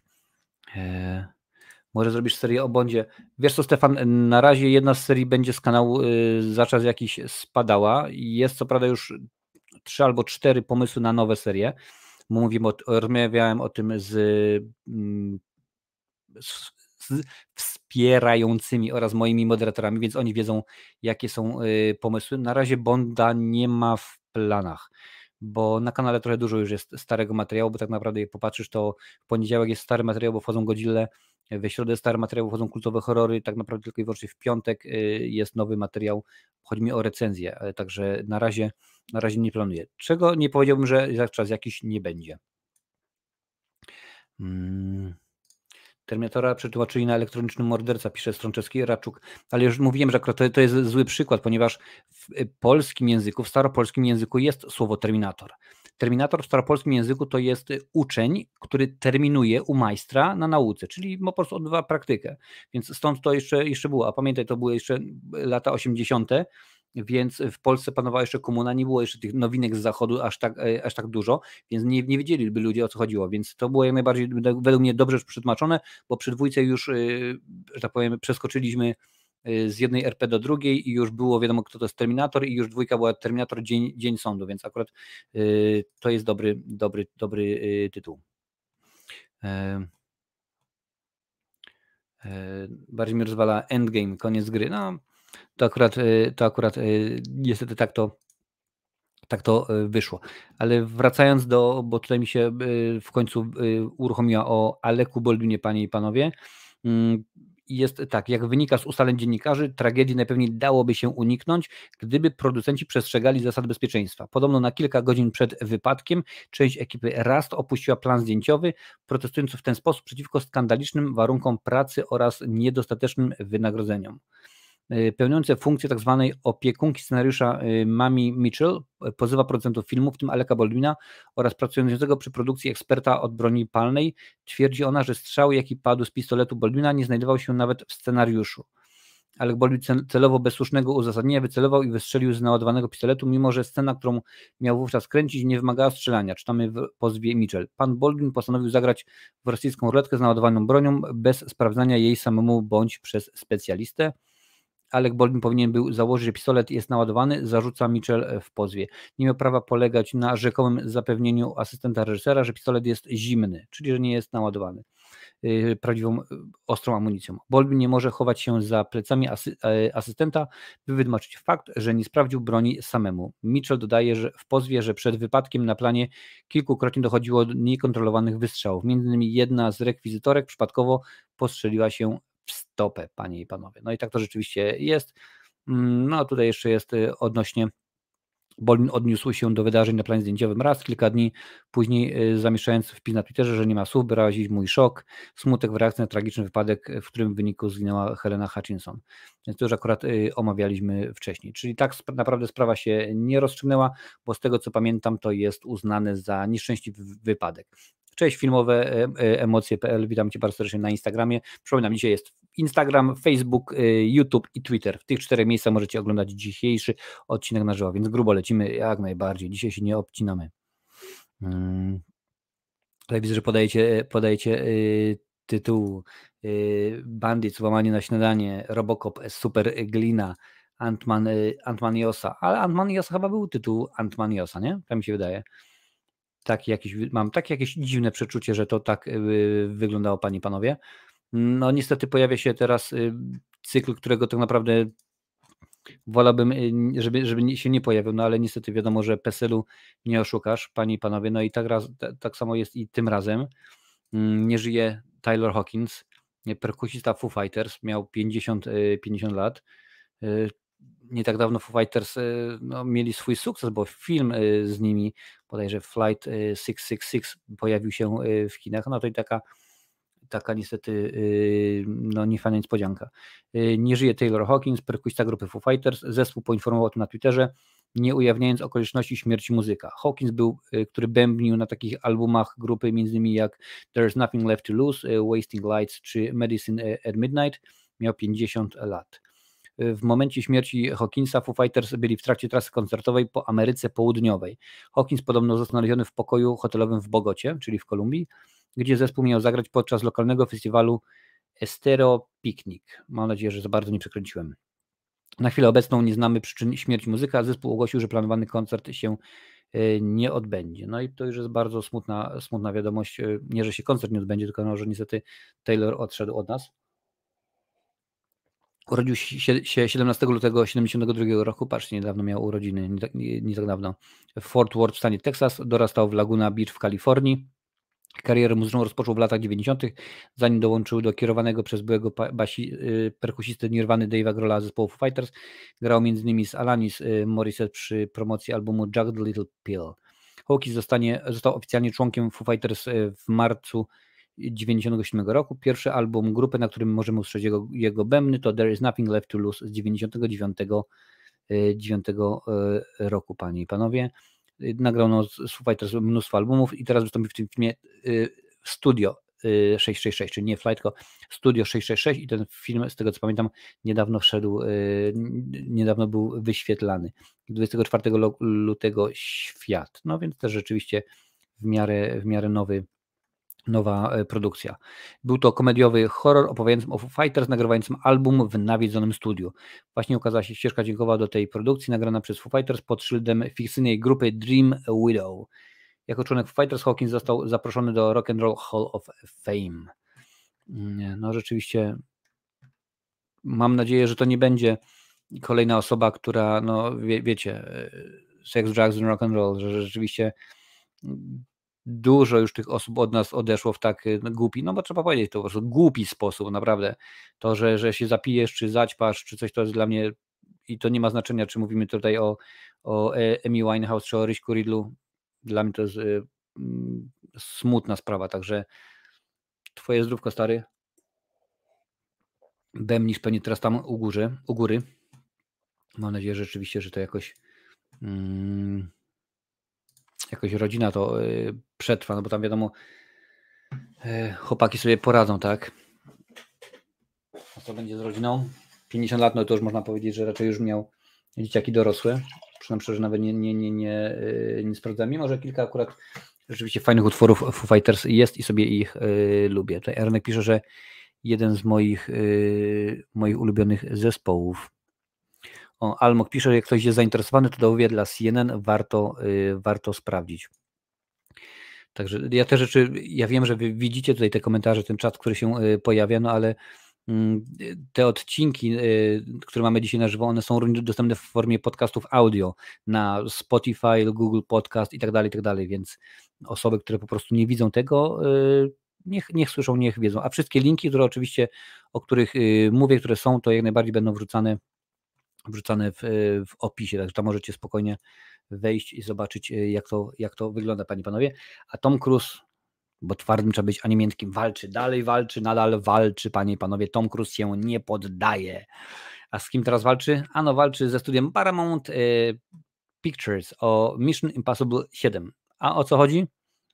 Może zrobisz serię o Bondzie. Wiesz co, Stefan, na razie jedna z serii będzie z kanału za czas jakiś spadała. Jest co prawda już 3 albo 4 pomysły na nowe serie. Rozmawiałem o tym z wspierającymi oraz moimi moderatorami, więc oni wiedzą, jakie są pomysły. Na razie Bonda nie ma w planach, bo na kanale trochę dużo już jest starego materiału, bo tak naprawdę jak popatrzysz, to w poniedziałek jest stary materiał, bo wchodzą Godzilla, we środę stary materiał, wchodzą kultowe horrory, tak naprawdę tylko i wyłącznie w piątek jest nowy materiał, chodzi mi o recenzję, także na razie nie planuję. Czego nie powiedziałbym, że za czas jakiś nie będzie. Terminatora przetłumaczyli na elektroniczny morderca, pisze Strączewski Raczuk, ale już mówiłem, że to jest zły przykład, ponieważ w polskim języku, w staropolskim języku jest słowo terminator. Terminator w staropolskim języku to jest uczeń, który terminuje u majstra na nauce, czyli po prostu odbywa praktykę, więc stąd to jeszcze było, a pamiętaj, to były jeszcze lata 80., więc w Polsce panowała jeszcze komuna, nie było jeszcze tych nowinek z zachodu aż tak dużo, więc nie wiedzieliby ludzie, o co chodziło, więc to było jak najbardziej według mnie dobrze przetłumaczone, bo przy dwójce już, że tak powiem, przeskoczyliśmy z jednej RP do drugiej i już było wiadomo, kto to jest Terminator i już dwójka była Terminator Dzień Sądu, więc akurat to jest dobry tytuł. Bardziej mnie rozwala Endgame, koniec gry. No, to akurat niestety tak to wyszło. Ale wracając bo tutaj mi się w końcu uruchomiła o Aleku Baldwinie, panie i panowie. Jest tak, jak wynika z ustaleń dziennikarzy, tragedii najpewniej dałoby się uniknąć, gdyby producenci przestrzegali zasad bezpieczeństwa. Podobno na kilka godzin przed wypadkiem część ekipy Rust opuściła plan zdjęciowy, protestując w ten sposób przeciwko skandalicznym warunkom pracy oraz niedostatecznym wynagrodzeniom. Pełniące funkcję tzw. opiekunki scenariusza Mami Mitchell pozywa producentów filmu, w tym Aleka Baldwina oraz pracującego przy produkcji eksperta od broni palnej. Twierdzi ona, że strzał, jaki padł z pistoletu Baldwina, nie znajdował się nawet w scenariuszu. Alek Baldwin celowo bez słusznego uzasadnienia wycelował i wystrzelił z naładowanego pistoletu, mimo że scena, którą miał wówczas kręcić, nie wymagała strzelania. Czytamy w pozwie Mitchell. Pan Baldwin postanowił zagrać w rosyjską ruletkę z naładowaną bronią bez sprawdzania jej samemu bądź przez specjalistę. Alek Baldwin powinien był założyć, że pistolet jest naładowany, zarzuca Mitchell w pozwie. Nie miał prawa polegać na rzekomym zapewnieniu asystenta reżysera, że pistolet jest zimny, czyli że nie jest naładowany prawdziwą ostrą amunicją. Baldwin nie może chować się za plecami asystenta, by wytłumaczyć fakt, że nie sprawdził broni samemu. Mitchell dodaje, że w pozwie, że przed wypadkiem na planie kilkukrotnie dochodziło do niekontrolowanych wystrzałów. Między innymi jedna z rekwizytorek przypadkowo postrzeliła się w stopę, panie i panowie. No i tak to rzeczywiście jest. No tutaj jeszcze jest odnośnie Baldwin odniósł się do wydarzeń na planie zdjęciowym raz, kilka dni później zamieszczając wpis na Twitterze, że nie ma słów, by wyrazić mój szok, smutek w reakcji na tragiczny wypadek, w którym w wyniku zginęła Helena Hutchinson. Więc to już akurat omawialiśmy wcześniej. Czyli tak naprawdę sprawa się nie rozstrzygnęła, bo z tego co pamiętam, to jest uznane za nieszczęśliwy wypadek. Cześć, filmowe emocje.pl, witam Cię bardzo serdecznie na Instagramie. Przypominam, dzisiaj jest Instagram, Facebook, YouTube i Twitter. W tych 4 miejscach możecie oglądać dzisiejszy odcinek na żywo, więc grubo lecimy jak najbardziej. Dzisiaj się nie obcinamy. Tutaj widzę, że podajecie tytuł Bandits, Łamanie na śniadanie, Robocop, Super Glina, Ant-Man i Osa. Ale Ant-Man i Osa chyba był tytuł Ant-Man i Osa, nie? Tak mi się wydaje. Mam takie jakieś dziwne przeczucie, że to tak wyglądało, panie i panowie. No niestety pojawia się teraz cykl, którego tak naprawdę Wolałbym, żeby się nie pojawił, no ale niestety wiadomo, że PESEL-u nie oszukasz, panie i panowie, no i tak samo jest i tym razem. Nie żyje Taylor Hawkins, perkusista Foo Fighters, miał 50 lat. Nie tak dawno Foo Fighters no, mieli swój sukces, bo film z nimi, bodajże Flight 666 pojawił się w kinach, no to i taka niestety no, niefajna niespodzianka. Nie żyje Taylor Hawkins, perkusista grupy Foo Fighters. Zespół poinformował o tym na Twitterze, nie ujawniając okoliczności śmierci muzyka. Hawkins był, który bębnił na takich albumach grupy m.in. jak There's Nothing Left to Lose, Wasting Lights czy Medicine at Midnight. Miał 50 lat. W momencie śmierci Hawkinsa Foo Fighters byli w trakcie trasy koncertowej po Ameryce Południowej. Hawkins podobno został znaleziony w pokoju hotelowym w Bogocie, czyli w Kolumbii, gdzie zespół miał zagrać podczas lokalnego festiwalu Estero Picnic. Mam nadzieję, że za bardzo nie przekręciłem. Na chwilę obecną nie znamy przyczyn śmierci muzyka. Zespół ogłosił, że planowany koncert się nie odbędzie. No i to już jest bardzo smutna wiadomość. Nie, że się koncert nie odbędzie, tylko no, że niestety Taylor odszedł od nas. Urodził się 17 lutego 1972 roku, patrzcie, niedawno miał urodziny, nie tak dawno, w Fort Worth w stanie Teksas, dorastał w Laguna Beach w Kalifornii. Karierę muzyczną rozpoczął w latach 90., zanim dołączył do kierowanego przez byłego perkusisty Nirwany Dave'a Grohla zespołu Foo Fighters. Grał m.in. z Alanis Morissette przy promocji albumu Jagged Little Pill. Hawkins został oficjalnie członkiem Foo Fighters w marcu 1997 roku. Pierwszy album grupy, na którym możemy usłyszeć jego bębny, to There Is Nothing Left to Lose z 1999 roku, panie i panowie. Nagrano z Foo Fighters mnóstwo albumów i teraz wystąpi w tym filmie Studio 666, czyli nie Flight, tylko Studio 666 i ten film, z tego co pamiętam, niedawno był wyświetlany. 24 lutego świat. No więc też rzeczywiście w miarę nowa produkcja. Był to komediowy horror opowiadający o Foo Fighters, nagrywającym album w nawiedzonym studiu. Właśnie ukazała się ścieżka dźwiękowa do tej produkcji, nagrana przez Foo Fighters pod szyldem fikcyjnej grupy Dream Widow. Jako członek Foo Fighters Hawkins został zaproszony do Rock and Roll Hall of Fame. No rzeczywiście mam nadzieję, że to nie będzie kolejna osoba, która, no wiecie, sex, drugs and rock and roll, że rzeczywiście dużo już tych osób od nas odeszło w tak głupi, no bo trzeba powiedzieć, to po prostu głupi sposób, naprawdę. To, że się zapijesz, czy zaćpasz, czy coś, to jest dla mnie, i to nie ma znaczenia, czy mówimy tutaj o Amy Winehouse, czy o Ryśku Ridlu. Dla mnie to jest smutna sprawa, także twoje zdrówko, stary. Bębnisz pewnie teraz tam u góry. Mam nadzieję, że rzeczywiście, że to jakoś rodzina to przetrwa, no bo tam wiadomo, chłopaki sobie poradzą, tak? A co będzie z rodziną? 50 lat, no to już można powiedzieć, że raczej już miał dzieciaki dorosłe. Przynajmniej szczerze, nawet nie sprawdzałem, mimo że kilka akurat rzeczywiście fajnych utworów Foo Fighters jest i sobie ich lubię. Tutaj Ernek pisze, że jeden z moich ulubionych zespołów. Almok pisze, że jak ktoś jest zainteresowany, to dowie dla CNN warto sprawdzić. Także ja te rzeczy, ja wiem, że wy widzicie tutaj te komentarze, ten czat, który się pojawia, no ale te odcinki, które mamy dzisiaj na żywo, one są również dostępne w formie podcastów audio na Spotify, Google Podcast i tak dalej, więc osoby, które po prostu nie widzą tego, niech słyszą, niech wiedzą. A wszystkie linki, które oczywiście, o których mówię, które są, to jak najbardziej będą wrzucane w opisie, także tam możecie spokojnie wejść i zobaczyć, jak to wygląda, panie i panowie. A Tom Cruise, bo twardym trzeba być, a nie miękkim, dalej walczy, nadal walczy, panie i panowie. Tom Cruise się nie poddaje. A z kim teraz walczy? Ano walczy ze studiem Paramount Pictures o Mission Impossible 7. A o co chodzi?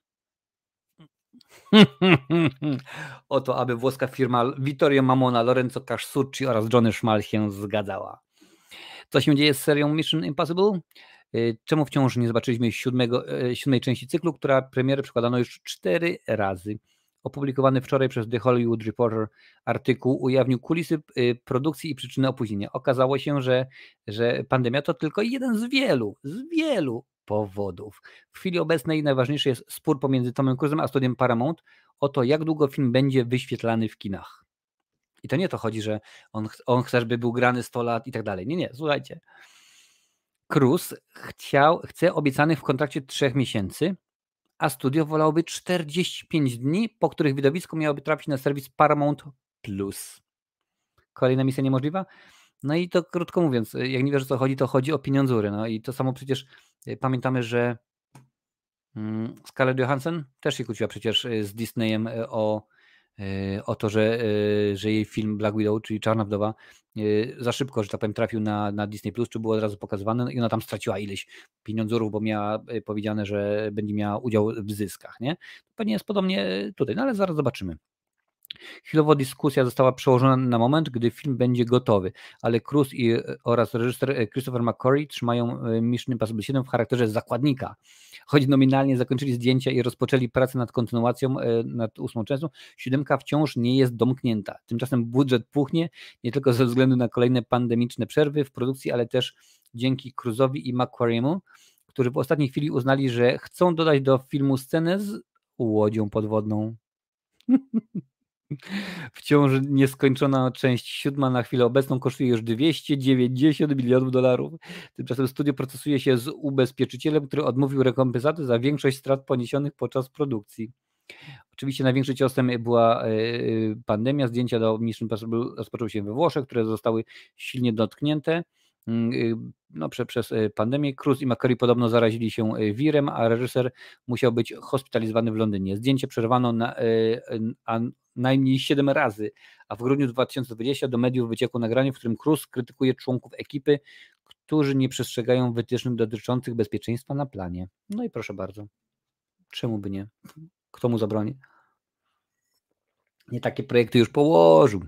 O to, aby włoska firma Vittorio Mamona, Lorenzo Cassucci oraz Johnny Szmal się zgadzała. Co się dzieje z serią Mission Impossible? Czemu wciąż nie zobaczyliśmy siódmej części cyklu, która premierę przekładano już 4 razy? Opublikowany wczoraj przez The Hollywood Reporter artykuł ujawnił kulisy produkcji i przyczyny opóźnienia. Okazało się, że pandemia to tylko jeden z wielu powodów. W chwili obecnej najważniejszy jest spór pomiędzy Tomem Cruise'em a studiem Paramount o to, jak długo film będzie wyświetlany w kinach. I to nie to chodzi, że on chce, żeby był grany 100 lat i tak dalej. Nie, słuchajcie. Cruise chce obiecanych w kontrakcie 3 miesięcy, a studio wolałoby 45 dni, po których widowisko miałoby trafić na serwis Paramount+. Kolejna misja niemożliwa? No i to krótko mówiąc, jak nie wiesz o co chodzi, to chodzi o pieniądzury. No i to samo przecież pamiętamy, że Scarlett Johansson też się kłóciła przecież z Disneyem o to, że jej film Black Widow, czyli Czarna Wdowa, za szybko, że tak powiem, trafił na Disney+, czy było od razu pokazywane, no i ona tam straciła ileś pieniądzurów, bo miała powiedziane, że będzie miała udział w zyskach, nie? Pewnie jest podobnie tutaj, no ale zaraz zobaczymy. Chwilowo dyskusja została przełożona na moment, gdy film będzie gotowy, ale Cruise oraz reżyser Christopher McQuarrie trzymają Mission Impossible 7 w charakterze zakładnika. Choć nominalnie zakończyli zdjęcia i rozpoczęli pracę nad kontynuacją, nad 8. częścią, 7 wciąż nie jest domknięta. Tymczasem budżet puchnie nie tylko ze względu na kolejne pandemiczne przerwy w produkcji, ale też dzięki Cruise'owi i McQuarriemu, którzy w ostatniej chwili uznali, że chcą dodać do filmu scenę z łodzią podwodną. Wciąż nieskończona część 7 na chwilę obecną kosztuje już $290 milionów. Tymczasem studio procesuje się z ubezpieczycielem, który odmówił rekompensaty za większość strat poniesionych podczas produkcji. Oczywiście największym ciosem była pandemia. Zdjęcia do Mission Impossible rozpoczęły się we Włoszech, które zostały silnie dotknięte przez pandemię. Cruise i McQuarrie podobno zarazili się wirem, a reżyser musiał być hospitalizowany w Londynie. Zdjęcie przerwano najmniej 7 razy, a w grudniu 2020 do mediów wyciekło nagranie, w którym Cruise krytykuje członków ekipy, którzy nie przestrzegają wytycznych dotyczących bezpieczeństwa na planie. No i proszę bardzo. Czemu by nie? Kto mu zabroni? Nie takie projekty już położył.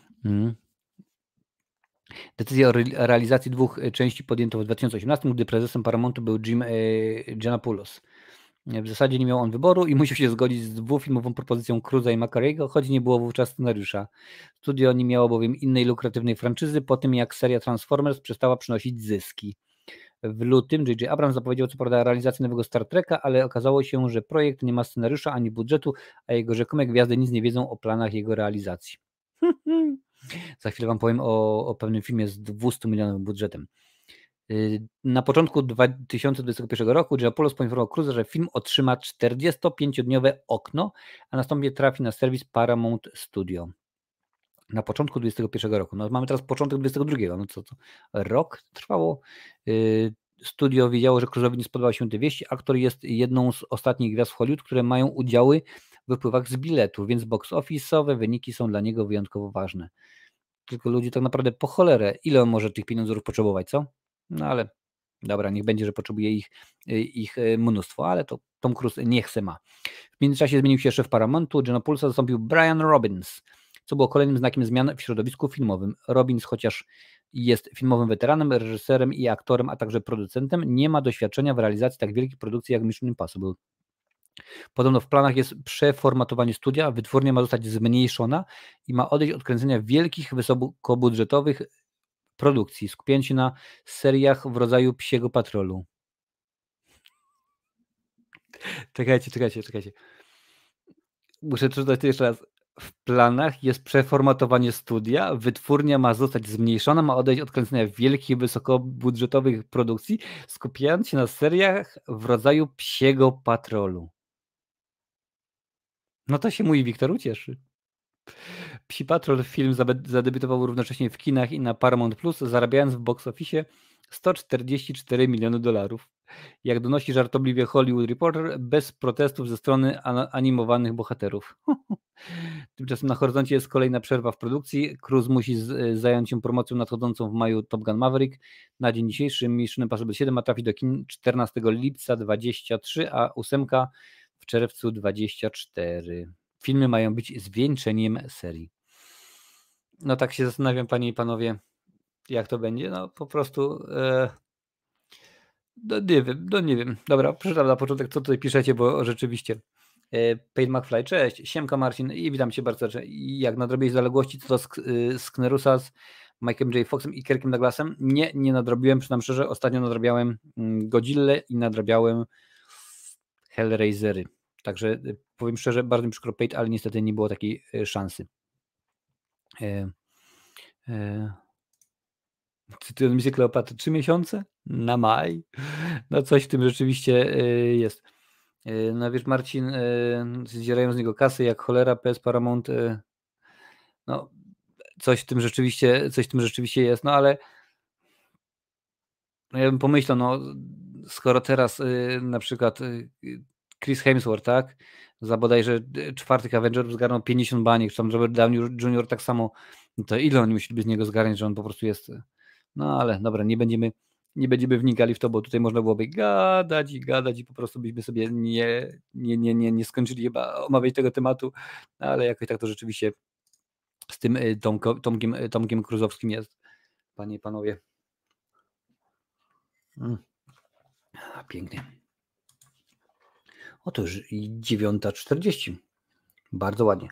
Decyzję o realizacji 2 części podjęto w 2018, gdy prezesem Paramountu był Jim Giannopoulos. W zasadzie nie miał on wyboru i musiał się zgodzić z dwufilmową propozycją Cruise'a i McQuarriego, choć nie było wówczas scenariusza. Studio nie miało bowiem innej lukratywnej franczyzy po tym, jak seria Transformers przestała przynosić zyski. W lutym J.J. Abrams zapowiedział co prawda realizację nowego Star Treka, ale okazało się, że projekt nie ma scenariusza ani budżetu, a jego rzekome gwiazdy nic nie wiedzą o planach jego realizacji. Za chwilę wam powiem o pewnym filmie z 200 milionowym budżetem. Na początku 2021 roku Giannopoulos poinformował Cruise'a, że film otrzyma 45-dniowe okno, a następnie trafi na serwis Paramount Studio. Na początku 2021 roku. No mamy teraz początek 2022. No co to? Rok trwało. Studio wiedziało, że Cruise'owi nie spodobał się te wieści. Aktor jest jedną z ostatnich gwiazd w Hollywood, które mają udziały w wpływach z biletu, więc box office'owe wyniki są dla niego wyjątkowo ważne. Tylko ludzi tak naprawdę po cholerę. Ile on może tych pieniądzów potrzebować, co? No ale dobra, niech będzie, że potrzebuje ich mnóstwo, ale to Tom Cruise nie chce ma. W międzyczasie zmienił się szef Paramountu, Giannopoulosa zastąpił Brian Robbins, co było kolejnym znakiem zmian w środowisku filmowym. Robbins, chociaż jest filmowym weteranem, reżyserem i aktorem, a także producentem, nie ma doświadczenia w realizacji tak wielkich produkcji jak Mission Impossible. Podobno w planach jest przeformatowanie studia, wytwórnia ma zostać zmniejszona i ma odejść od kręcenia wielkich, wysokobudżetowych produkcji, skupiając się na seriach w rodzaju Psiego Patrolu. Czekajcie. Muszę czytać to jeszcze raz. W planach jest przeformatowanie studia, wytwórnia ma zostać zmniejszona, ma odejść od kręcenia wielkich, wysokobudżetowych produkcji, skupiając się na seriach w rodzaju Psiego Patrolu. No to się mój Wiktor ucieszy. Psi Patrol film zadebiutował równocześnie w kinach i na Paramount+, zarabiając w box office $144 miliony. Jak donosi żartobliwie Hollywood Reporter, bez protestów ze strony animowanych bohaterów. Tymczasem na horyzoncie jest kolejna przerwa w produkcji. Cruise musi zająć się promocją nadchodzącą w maju Top Gun Maverick. Na dzień dzisiejszy Mission Impossible 7 ma trafić do kin 14 lipca 2023, a 8 w czerwcu 2024. Filmy mają być zwieńczeniem serii. No tak się zastanawiam, panie i panowie, jak to będzie. No po prostu nie wiem. Dobra, przeczytam na początek, co tutaj piszecie, bo rzeczywiście Peyton McFly, cześć, siemka Marcin i witam cię bardzo. Jak nadrobiłeś zaległości co do Sknerusa z Mike'em J. Foxem i Kirkiem Douglasem? Nie nadrobiłem, przyznam szczerze, ostatnio nadrabiałem Godzillę i nadrabiałem Hellraisery. Także powiem szczerze, bardzo mi przykro Peyton, ale niestety nie było takiej szansy. E, e, Cytując misję Kleopatry, 3 miesiące? Na maj? No coś w tym rzeczywiście jest. No wiesz, Marcin, zdzierają z niego kasy jak cholera, PS Paramount, no coś w tym rzeczywiście jest, no ale no ja bym pomyślał, no skoro teraz na przykład Chris Hemsworth, tak, za bodajże czwartych Avengerów zgarnął 50 baniek, czy tam Robert Downey Jr. tak samo, no to ile oni musieliby z niego zgarniać, że on po prostu jest, no ale dobra, nie będziemy wnikali w to, bo tutaj można byłoby gadać i po prostu byśmy sobie nie skończyli chyba omawiać tego tematu, ale jakoś tak to rzeczywiście z tym Tomkiem Kruzowskim jest, panie i panowie. Pięknie. O, to już 9:40. Bardzo ładnie.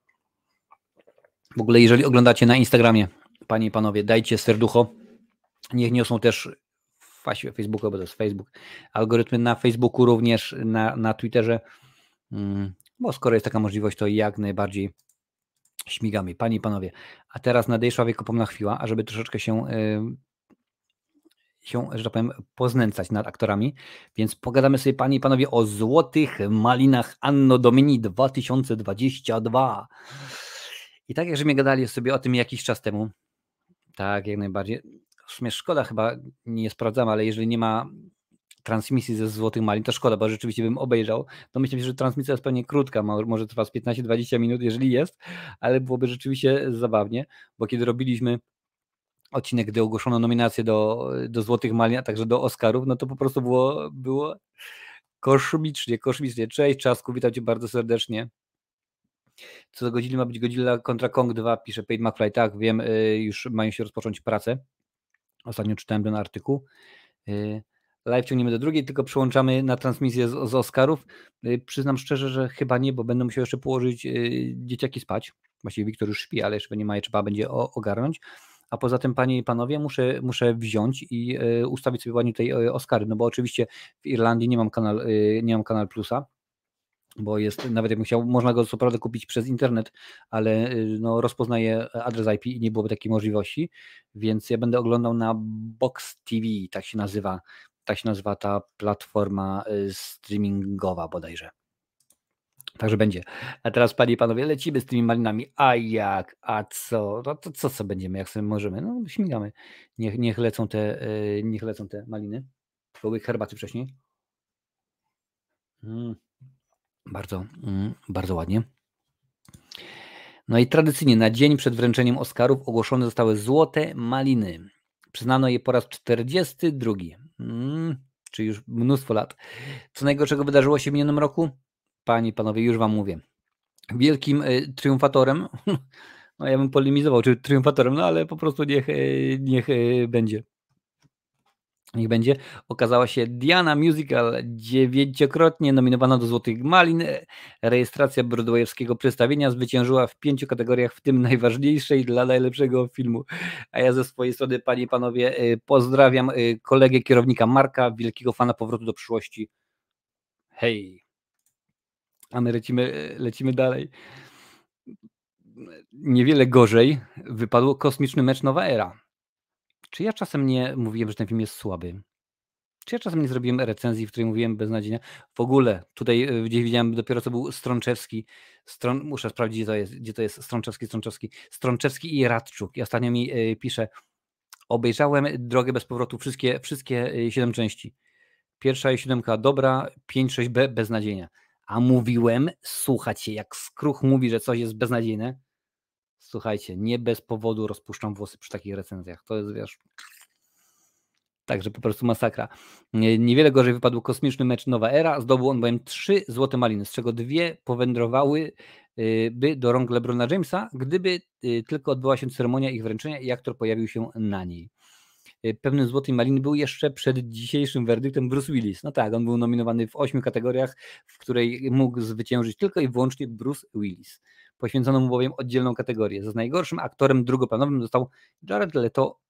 W ogóle jeżeli oglądacie na Instagramie, panie i panowie, dajcie serducho. Niech niosą też właściwie Facebooku, bo to jest Facebook. Algorytmy na Facebooku również, na Twitterze. Bo skoro jest taka możliwość, to jak najbardziej śmigamy. Panie i panowie, a teraz nadejszła wiekopomna chwila, ażeby troszeczkę się, że tak powiem, poznęcać nad aktorami, więc pogadamy sobie, panie i panowie, o Złotych Malinach Anno Domini 2022. I tak jak żeśmy gadali sobie o tym jakiś czas temu, tak, jak najbardziej, w sumie szkoda, chyba nie sprawdzam, ale jeżeli nie ma transmisji ze Złotych Malin, to szkoda, bo rzeczywiście bym obejrzał. To myślę, że transmisja jest pewnie krótka, może trwa z 15-20 minut, jeżeli jest, ale byłoby rzeczywiście zabawnie, bo kiedy robiliśmy odcinek, gdy ogłoszono nominację do Złotych Malin, a także do Oscarów, no to po prostu było kosmicznie. Cześć Czasku, witam Cię bardzo serdecznie. Co do Godzilla ma być Godzilla kontra Kong 2, pisze Pate McFly. Tak, wiem, już mają się rozpocząć prace. Ostatnio czytałem ten artykuł. Live ciągniemy do drugiej, tylko przyłączamy na transmisję z Oscarów. Przyznam szczerze, że chyba nie, bo będę musiał jeszcze położyć dzieciaki spać. Właściwie Wiktor już śpi, ale jeszcze nie ma je, trzeba będzie ogarnąć. A poza tym, panie i panowie, muszę wziąć i ustawić sobie ładnie tej Oscary, no bo oczywiście w Irlandii nie mam Kanal Plusa, bo jest, nawet jakbym chciał, można go co prawda kupić przez internet, ale no, rozpoznaje adres IP i nie byłoby takiej możliwości, więc ja będę oglądał na Box TV, tak się nazywa ta platforma streamingowa bodajże. Także będzie. A teraz, panie i panowie, lecimy z tymi malinami. A jak? A co? No to co będziemy, jak sobie możemy? No śmigamy. Niech lecą te maliny. Były herbaty wcześniej. Bardzo ładnie. No i tradycyjnie na dzień przed wręczeniem Oscarów ogłoszone zostały Złote Maliny. Przyznano je po raz 42. Czyli już mnóstwo lat. Co najgorszego wydarzyło się w minionym roku? Panie i panowie, już wam mówię. Wielkim triumfatorem, no ja bym polemizował, czy triumfatorem, no ale po prostu niech będzie. Niech będzie. Okazała się Diana Musical, 9-krotnie nominowana do Złotych Malin. Rejestracja broadwayowskiego przedstawienia zwyciężyła w 5 kategoriach, w tym najważniejszej dla najlepszego filmu. A ja ze swojej strony, panie i panowie, pozdrawiam kolegę kierownika Marka, wielkiego fana Powrotu do przyszłości. Hej! A my lecimy dalej. Niewiele gorzej wypadł Kosmiczny Mecz Nowa Era. Czy ja czasem nie mówiłem, że ten film jest słaby? Czy ja czasem nie zrobiłem recenzji, w której mówiłem beznadziejnie? W ogóle, tutaj gdzieś widziałem dopiero co był Strączewski. Muszę sprawdzić, gdzie to jest Strączewski i Radczuk. I ostatnio mi pisze, obejrzałem Drogę bez powrotu, wszystkie 7 części. Pierwsza i 7 dobra, 5-6b beznadziejnie. A mówiłem, słuchajcie, jak Skruch mówi, że coś jest beznadziejne, słuchajcie, nie bez powodu rozpuszczam włosy przy takich recenzjach. To jest, wiesz... Także po prostu masakra. Niewiele gorzej wypadł Kosmiczny Mecz Nowa Era. Zdobył on bowiem 3 złote maliny, z czego 2 powędrowały do rąk LeBrona Jamesa, gdyby tylko odbyła się ceremonia ich wręczenia i aktor pojawił się na niej. Pewnym złotej maliny był jeszcze przed dzisiejszym werdyktem Bruce Willis. No tak, on był nominowany w 8 kategoriach, w której mógł zwyciężyć tylko i wyłącznie Bruce Willis. Poświęcono mu bowiem oddzielną kategorię. Za najgorszym aktorem drugoplanowym został Jared Leto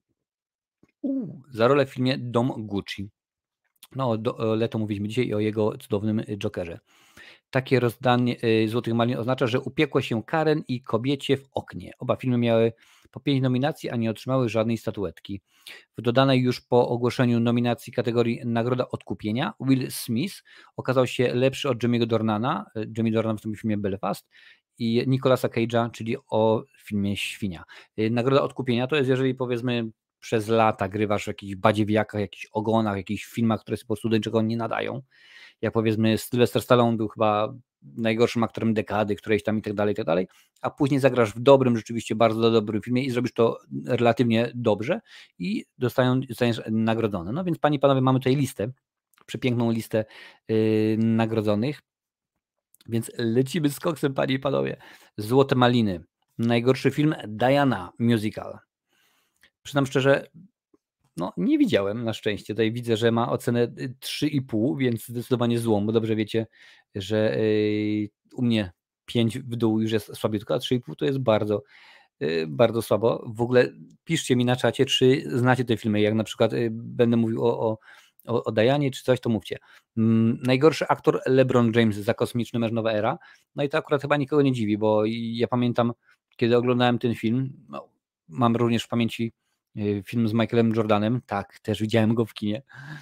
za rolę w filmie Dom Gucci. No, o Leto mówiliśmy dzisiaj i o jego cudownym Jokerze. Takie rozdanie Złotych Malin oznacza, że upiekło się Karen i Kobiecie w oknie. Oba filmy miały po 5 nominacji, a nie otrzymały żadnej statuetki. W dodanej już po ogłoszeniu nominacji kategorii Nagroda Odkupienia Will Smith okazał się lepszy od Jamie'ego Dornana, Jamie Dornan w tym filmie Belfast, i Nicolasa Cage'a, czyli o filmie Świnia. Nagroda Odkupienia to jest, jeżeli powiedzmy przez lata grywasz w jakichś badziewiakach, jakichś ogonach, jakichś filmach, które się po prostu do niczego nie nadają. Jak powiedzmy Sylvester Stallone był chyba najgorszym aktorem dekady, którejś tam i tak dalej, a później zagrasz w dobrym, rzeczywiście bardzo dobrym filmie i zrobisz to relatywnie dobrze i zostaniesz nagrodzony. No więc panie i panowie, mamy tutaj listę, przepiękną listę nagrodzonych, więc lecimy z koksem, panie i panowie. Złote Maliny. Najgorszy film Diana Musical. Przyznam szczerze, no nie widziałem na szczęście. Tutaj widzę, że ma ocenę 3,5, więc zdecydowanie złą, bo dobrze wiecie, że u mnie 5 w dół już jest słabiutko, a 3,5 to jest bardzo, bardzo słabo. W ogóle piszcie mi na czacie, czy znacie te filmy, jak na przykład będę mówił o Dianie czy coś, to mówcie. Najgorszy aktor LeBron James za Kosmiczny Mecz Nowa Era. No i to akurat chyba nikogo nie dziwi, bo ja pamiętam, kiedy oglądałem ten film, no, mam również w pamięci film z Michaelem Jordanem, tak, też widziałem go w kinie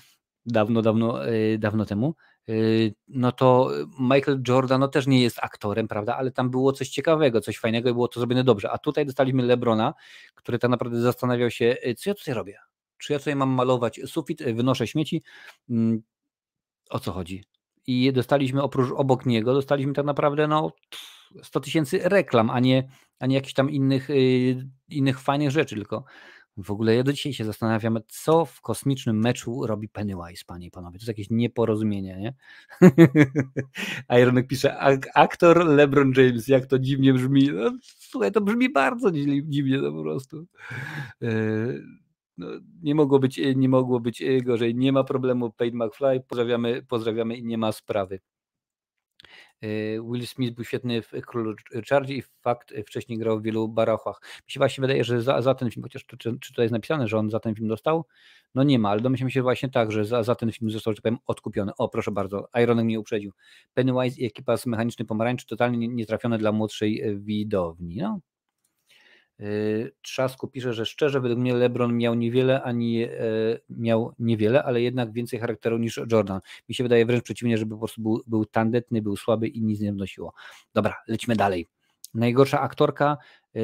dawno temu. No to Michael Jordan no też nie jest aktorem, prawda, ale tam było coś ciekawego, coś fajnego i było to zrobione dobrze, a tutaj dostaliśmy LeBrona, który tak naprawdę zastanawiał się, co ja tutaj robię, czy ja tutaj mam malować sufit, wynoszę śmieci, o co chodzi. I dostaliśmy obok niego, dostaliśmy tak naprawdę 100 000 reklam, a nie jakichś tam innych fajnych rzeczy, tylko w ogóle ja do dzisiaj się zastanawiam, co w Kosmicznym Meczu robi Pennywise, panie i panowie. To jest jakieś nieporozumienie, nie? Ironek pisze, aktor LeBron James, jak to dziwnie brzmi. No, słuchaj, to brzmi bardzo dziwnie to po prostu. No, nie mogło być gorzej. Nie ma problemu, Peyton McFly. Pozdrawiamy i nie ma sprawy. Will Smith był świetny w Królu Richardzie i fakt wcześniej grał w wielu barochach. Mi się właśnie wydaje, że za ten film, chociaż czy to jest napisane, że on za ten film dostał? No nie ma, ale domyślam się właśnie tak, że za ten film został, że tak powiem, odkupiony. O, proszę bardzo, Ironek mnie uprzedził. Pennywise i ekipa z Mechanicznej Pomarańczy totalnie nietrafione dla młodszej widowni. No. Trzasku pisze, że szczerze według mnie LeBron miał niewiele, ale jednak więcej charakteru niż Jordan. Mi się wydaje wręcz przeciwnie, żeby po prostu był tandetny, był słaby i nic nie wnosiło. Dobra, lecimy dalej. Najgorsza aktorka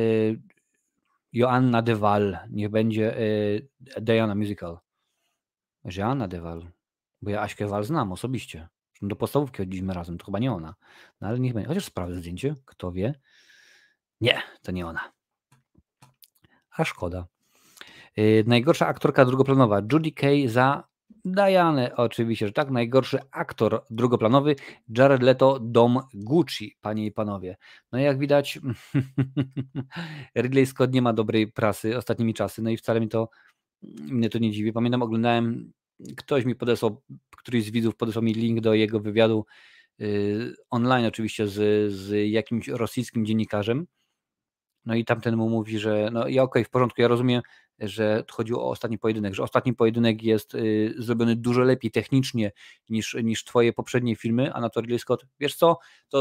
Joanna de Waal. Niech będzie Diana Musical. Joanna de Waal. Bo ja Aśkę Waal znam osobiście. Do podstawówki chodziliśmy razem, to chyba nie ona. No ale niech będzie. Chociaż sprawdzę zdjęcie, kto wie. Nie, to nie ona. A szkoda. Najgorsza aktorka drugoplanowa Judy Kay za Dianę, oczywiście, że tak. Najgorszy aktor drugoplanowy Jared Leto, Dom Gucci, panie i panowie. No jak widać Ridley Scott nie ma dobrej prasy ostatnimi czasy, no i wcale mnie to nie dziwi. Pamiętam, oglądałem, któryś z widzów podesłał mi link do jego wywiadu online oczywiście z jakimś rosyjskim dziennikarzem. No i tamten mu mówi, że no i okej, w porządku, ja rozumiem, że chodziło o ostatni pojedynek, że ostatni pojedynek jest zrobiony dużo lepiej technicznie niż twoje poprzednie filmy, a na to Ridley Scott, wiesz co,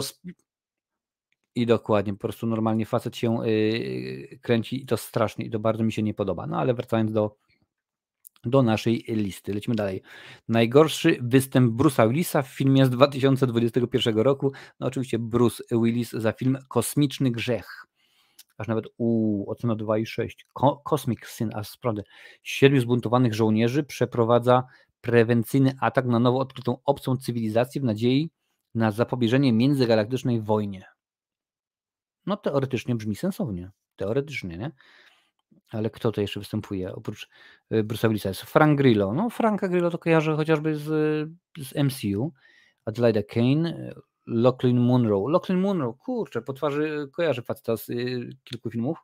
i dokładnie, po prostu normalnie facet się kręci i to strasznie i to bardzo mi się nie podoba. No ale wracając do naszej listy. Lecimy dalej. Najgorszy występ Bruce'a Willisa w filmie z 2021 roku. No oczywiście Bruce Willis za film Kosmiczny Grzech. Aż nawet ocena 2,6. Cosmic Sin, aż sprawdzę. 7 zbuntowanych żołnierzy przeprowadza prewencyjny atak na nowo odkrytą obcą cywilizację w nadziei na zapobieżenie międzygalaktycznej wojnie. No teoretycznie brzmi sensownie. Teoretycznie, nie? Ale kto to jeszcze występuje oprócz Bruce'a Willisa? Jest Frank Grillo. No Franka Grillo to kojarzę chociażby z MCU. Adelaida Kane, Lachlan Monroe, kurczę, po twarzy kojarzę faceta z kilku filmów.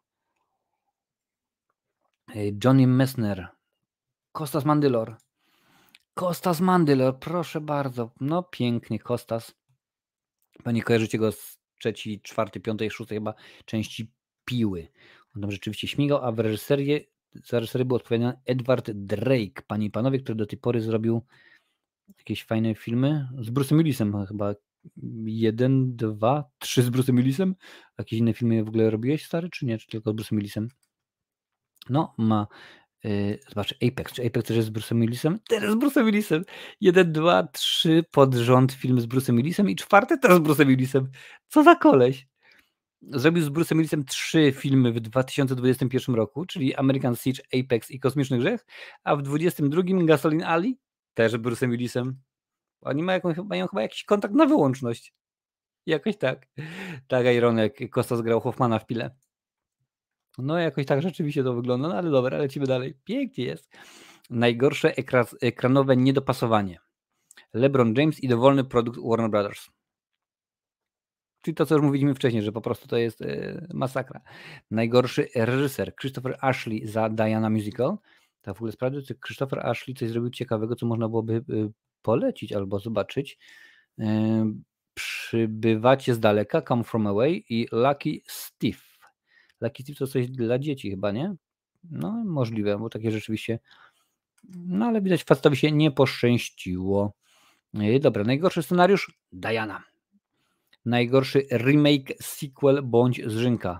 Johnny Messner, Kostas Mandylor, proszę bardzo. No pięknie, Kostas. Panie kojarzycie go z 3., 4., 5., 6. chyba części Piły. On tam rzeczywiście śmigał, a za reżyserię był odpowiedzialny Edward Drake, panie i panowie, który do tej pory zrobił jakieś fajne filmy. Z Bruce'em Willisem chyba 1, 2, 3 z Bruce'em Willisem. Jakieś inne filmy w ogóle robiłeś, stary, czy nie? Czy tylko z Bruce'em Willisem? No, ma. Zobacz, Apex. Czy Apex też jest z Bruce'em Willisem? Też z Bruce'em Willisem. 1, 2, 3 pod rząd film z Bruce'em Willisem i 4 też z Bruce'em Willisem. Co za koleś? Zrobił z Bruce'em Willisem 3 filmy w 2021 roku, czyli American Siege, Apex i Kosmiczny Grzech, a w 2022 Gasoline Alley też z Bruce'em Willisem. Oni mają chyba jakiś kontakt na wyłączność. Jakoś tak. Tak, Iron, jak Kostas grał Hoffmana w Pile. No jakoś tak rzeczywiście to wygląda, no ale dobra, lecimy dalej. Pięknie jest. Najgorsze ekranowe niedopasowanie. LeBron James i dowolny produkt Warner Brothers. Czyli to, co już mówiliśmy wcześniej, że po prostu to jest masakra. Najgorszy reżyser Christopher Ashley za Diana Musical. Tak w ogóle sprawdzę, czy Christopher Ashley coś zrobił ciekawego, co można byłoby polecić albo zobaczyć. Przybywacie z daleka, Come From Away i Lucky Steve. Lucky Steve to coś dla dzieci chyba, nie? No możliwe, bo takie rzeczywiście... No ale widać, facetowi się nie poszczęściło. Dobra, najgorszy scenariusz? Diana. Najgorszy remake, sequel bądź zżynka.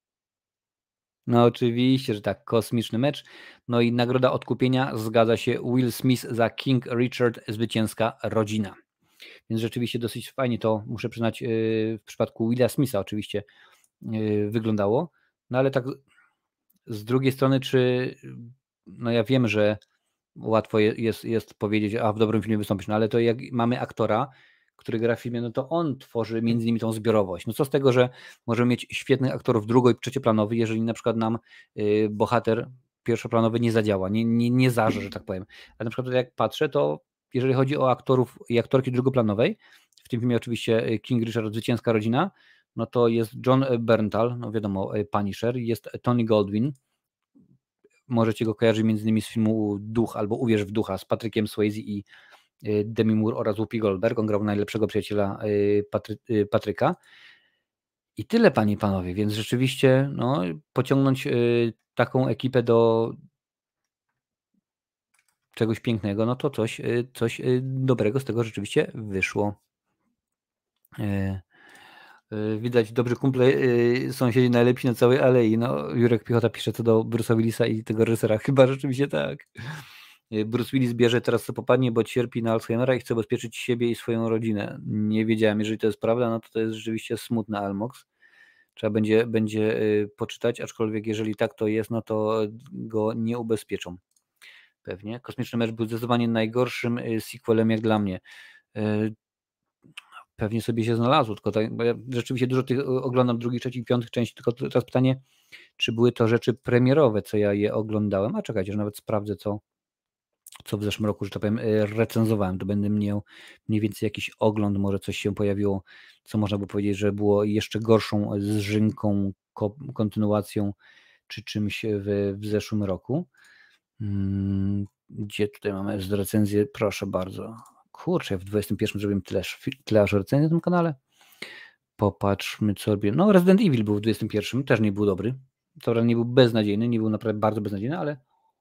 No oczywiście, że tak, Kosmiczny Mecz. No i nagroda odkupienia, zgadza się, Will Smith za King Richard, zwycięska rodzina. Więc rzeczywiście dosyć fajnie to, muszę przyznać, w przypadku Willa Smitha oczywiście wyglądało. No ale tak z drugiej strony, czy no ja wiem, że łatwo jest powiedzieć, a w dobrym filmie wystąpisz, no ale to jak mamy aktora, który gra w filmie, no to on tworzy między innymi tą zbiorowość. No co z tego, że możemy mieć świetnych aktorów drugo- i trzecioplanowych, jeżeli na przykład nam bohater pierwszoplanowy nie zadziała, nie zaże, że tak powiem. Ale na przykład jak patrzę, to jeżeli chodzi o aktorów i aktorki drugoplanowej, w tym filmie oczywiście King Richard, zwycięska rodzina, no to jest John Berntal, no wiadomo, Punisher, jest Tony Goldwyn, możecie go kojarzyć między innymi z filmu Duch albo Uwierz w ducha z Patrickiem Swayze i Demi Moore oraz Whoopi Goldberg. On grał najlepszego przyjaciela Patryka. I tyle, panie i panowie, więc rzeczywiście no, pociągnąć taką ekipę do czegoś pięknego, no to coś dobrego z tego rzeczywiście wyszło. Widać, dobrzy kumple, sąsiedzi najlepsi na całej alei. No, Jurek Piechota pisze co do Bruce'a Willisa i tego reżysera. Chyba rzeczywiście tak. Bruce Willis bierze teraz co popadnie, bo cierpi na Alzheimera i chce ubezpieczyć siebie i swoją rodzinę. Nie wiedziałem, jeżeli to jest prawda, no to jest rzeczywiście smutny Almox. Trzeba będzie poczytać, aczkolwiek jeżeli tak to jest, no to go nie ubezpieczą. Pewnie. Kosmiczny Mecz był zdecydowanie najgorszym sequelem jak dla mnie. Pewnie sobie się znalazło, tylko tak, bo ja rzeczywiście dużo tych oglądam drugich, trzecich, piątych części, tylko teraz pytanie, czy były to rzeczy premierowe, co ja je oglądałem, a czekajcie, że nawet sprawdzę, co w zeszłym roku, że tak powiem, recenzowałem, to będę miał mniej więcej jakiś ogląd, może coś się pojawiło, co można by powiedzieć, że było jeszcze gorszą zżynką, kontynuacją, czy czymś w zeszłym roku. Gdzie tutaj mamy z recenzję, proszę bardzo. Kurczę, w 21 zrobiłem tyle aż recenzji na tym kanale. Popatrzmy, co robię. No, Resident Evil był w 21, też nie był dobry. To nie był beznadziejny, nie był naprawdę bardzo beznadziejny, ale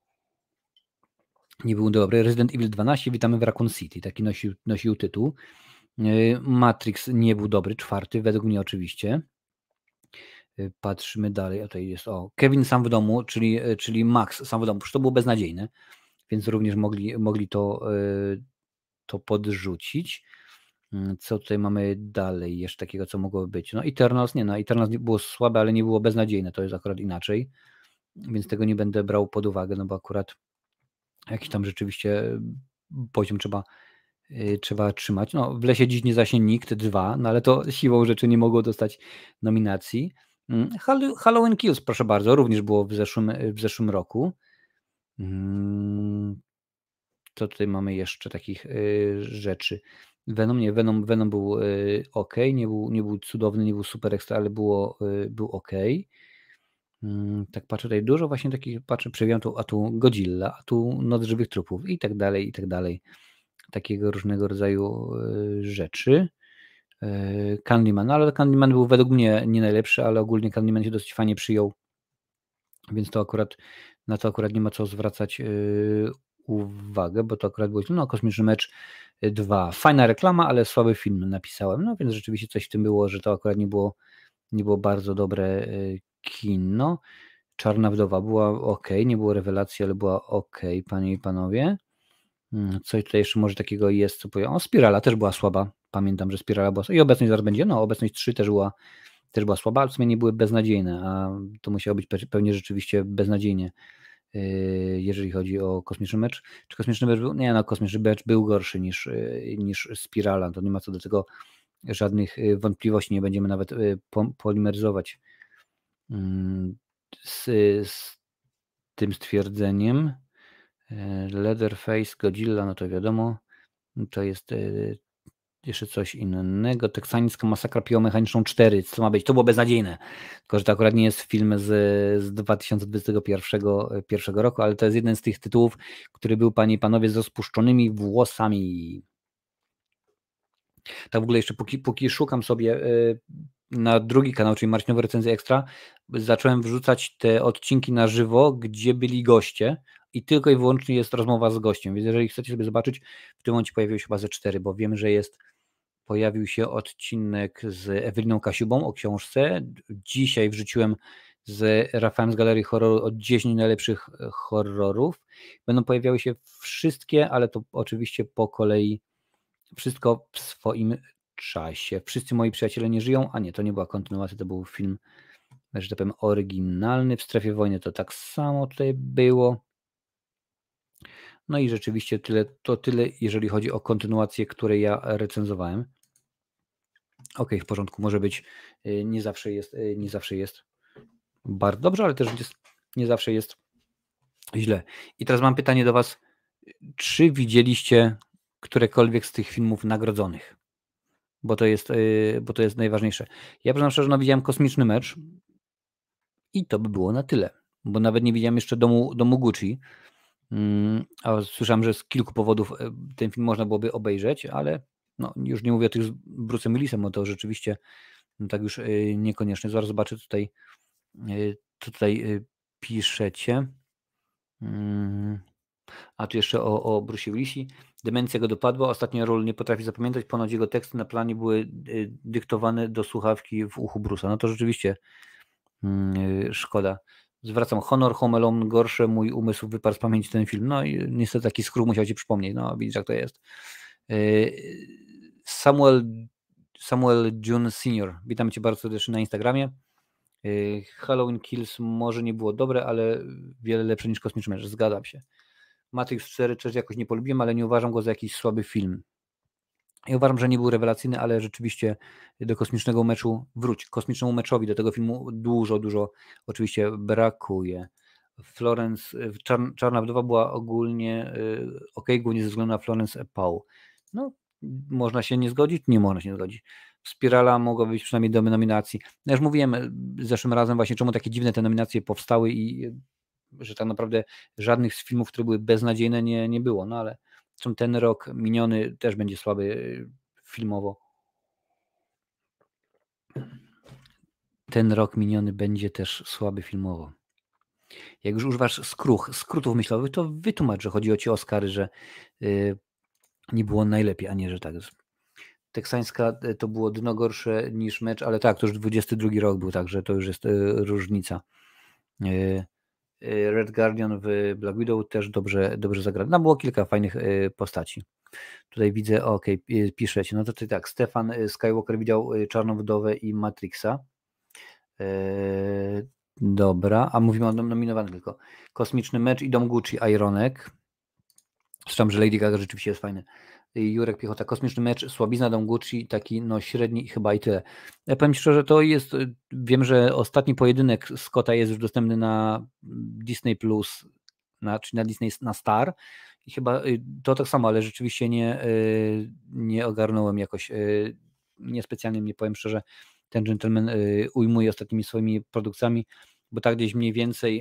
nie był dobry. Resident Evil 12, witamy w Raccoon City, taki nosił tytuł. Matrix nie był dobry, 4, według mnie oczywiście. Patrzymy dalej, a tutaj jest Kevin sam w domu, czyli Max sam w domu, to było beznadziejne, więc również mogli to podrzucić. Co tutaj mamy dalej jeszcze takiego, co mogłoby być? No Eternals było słabe, ale nie było beznadziejne, to jest akurat inaczej, więc tego nie będę brał pod uwagę, no bo akurat jakiś tam rzeczywiście poziom trzeba trzymać. No w lesie dziś nie zaśnie nikt, 2, no ale to siłą rzeczy nie mogło dostać nominacji. Halloween Kills, proszę bardzo, również było w zeszłym roku. To tutaj mamy jeszcze takich rzeczy. Venom był ok, nie był cudowny, nie był super ekstra, ale był ok. Tak patrzę tutaj dużo właśnie takich, przewijam tu, a tu Godzilla, a tu Noc żywych trupów i tak dalej, i tak dalej. Takiego różnego rodzaju rzeczy. Candyman, ale Candyman był według mnie nie najlepszy, ale ogólnie Candyman się dosyć fajnie przyjął, więc na to akurat nie ma co zwracać uwagę, bo to akurat był Kosmiczny Mecz, 2. Fajna reklama, ale słaby film napisałem. No więc rzeczywiście coś w tym było, że to akurat nie było bardzo dobre kino. Czarna Wdowa była ok, nie było rewelacji, ale była ok, panie i panowie. Coś tutaj jeszcze może takiego jest, co powiem. O, Spirala też była słaba. Pamiętam, że Spirala była słaba. I Obecność zaraz będzie. No, Obecność 3 też była słaba, ale w sumie nie były beznadziejne, a to musiało być pewnie rzeczywiście beznadziejnie, jeżeli chodzi o Kosmiczny Mecz. Czy Kosmiczny Mecz był? Nie, no, Kosmiczny Mecz był gorszy niż Spirala. To nie ma co do tego żadnych wątpliwości. Nie będziemy nawet polimeryzować z tym stwierdzeniem. Leatherface, Godzilla, no to wiadomo, to jest jeszcze coś innego. Teksańska masakra piłomechaniczną 4, co ma być? To było beznadziejne, tylko że to akurat nie jest film z 2021 roku, ale to jest jeden z tych tytułów, który był, panie i panowie, z rozpuszczonymi włosami. Tak w ogóle jeszcze póki szukam sobie na drugi kanał, czyli Marcinowe Recenzje Ekstra, zacząłem wrzucać te odcinki na żywo, gdzie byli goście i tylko i wyłącznie jest rozmowa z gościem, więc jeżeli chcecie sobie zobaczyć, w tym momencie pojawiły się chyba ze 4, bo wiem, że pojawił się odcinek z Eweliną Kasiubą o książce. Dzisiaj wrzuciłem z Rafałem z Galerii Horroru od 10 najlepszych horrorów. Będą pojawiały się wszystkie, ale to oczywiście po kolei, wszystko w swoim czasie. Wszyscy moi przyjaciele nie żyją, a nie, to nie była kontynuacja, to był film, że tak powiem, oryginalny. W Strefie Wojny to tak samo tutaj było. No i rzeczywiście tyle, jeżeli chodzi o kontynuację, które ja recenzowałem. Ok, w porządku, może być, nie zawsze jest bardzo dobrze, ale też nie zawsze jest źle. I teraz mam pytanie do Was, czy widzieliście którekolwiek z tych filmów nagrodzonych? Bo to jest najważniejsze. Ja przyznam szczerze, że widziałem Kosmiczny Mecz i to by było na tyle, bo nawet nie widziałem jeszcze domu Gucci, a słyszałem, że z kilku powodów ten film można byłoby obejrzeć, ale no, już nie mówię o tych z Bruce'em Willisem, bo to rzeczywiście tak już niekoniecznie. Zaraz zobaczę tutaj, co tutaj piszecie. A tu jeszcze o Bruce'ie Willisie. Demencja go dopadła, ostatnia ról nie potrafi zapamiętać, ponoć jego teksty na planie były dyktowane do słuchawki w uchu Bruce'a. No to rzeczywiście szkoda. Zwracam honor, Home Alone gorsze, mój umysł wyparł z pamięci ten film. No i niestety taki skrót musiał Ci przypomnieć. No widzisz, jak to jest. Samuel June Senior. Witam Cię bardzo serdecznie na Instagramie. Halloween Kills może nie było dobre, ale wiele lepsze niż Kosmiczny Mecz. Zgadzam się. Matrix 4 też jakoś nie polubiłem, ale nie uważam go za jakiś słaby film. Ja uważam, że nie był rewelacyjny, ale rzeczywiście do Kosmicznego Meczu Kosmicznemu Meczowi, do tego filmu dużo oczywiście brakuje. Florence, Czarna Wdowa była ogólnie ok, głównie ze względu na Florence Pugh. No, można się nie zgodzić? Nie można się nie zgodzić. Spirala mogła być przynajmniej do nominacji. Ja już mówiłem zeszłym razem właśnie, czemu takie dziwne te nominacje powstały i że tak naprawdę żadnych z filmów, które były beznadziejne, nie było. No ale ten rok miniony też będzie słaby filmowo. Ten rok miniony będzie też słaby filmowo. Jak już używasz skrótów myślowych, to wytłumacz, że chodzi o Ci Oscary, że nie było najlepiej, a nie, że tak jest. Teksańska to było dno gorsze niż Mecz, ale tak, to już 22 rok był, także to już jest różnica. Red Guardian w Black Widow też dobrze zagrał. No było kilka fajnych postaci. Tutaj widzę, okej, piszecie. No to ty tak, Stefan Skywalker widział Czarną Wdowę i Matrixa. Dobra, a mówimy o nominowanych tylko. Kosmiczny Mecz i Dom Gucci, Ironek. Słyszałem, że Lady Gaga rzeczywiście jest fajny. Jurek Piechota, Kosmiczny Mecz, Słabizna, Dom Gucci, taki no średni chyba i tyle. Ja powiem Ci szczerze, to jest, wiem, że ostatni pojedynek Scotta jest już dostępny na Disney+, czy na Disney, na Star i chyba to tak samo, ale rzeczywiście nie ogarnąłem jakoś, niespecjalnie mnie, powiem szczerze, ten gentleman ujmuje ostatnimi swoimi produkcjami, bo tak gdzieś mniej więcej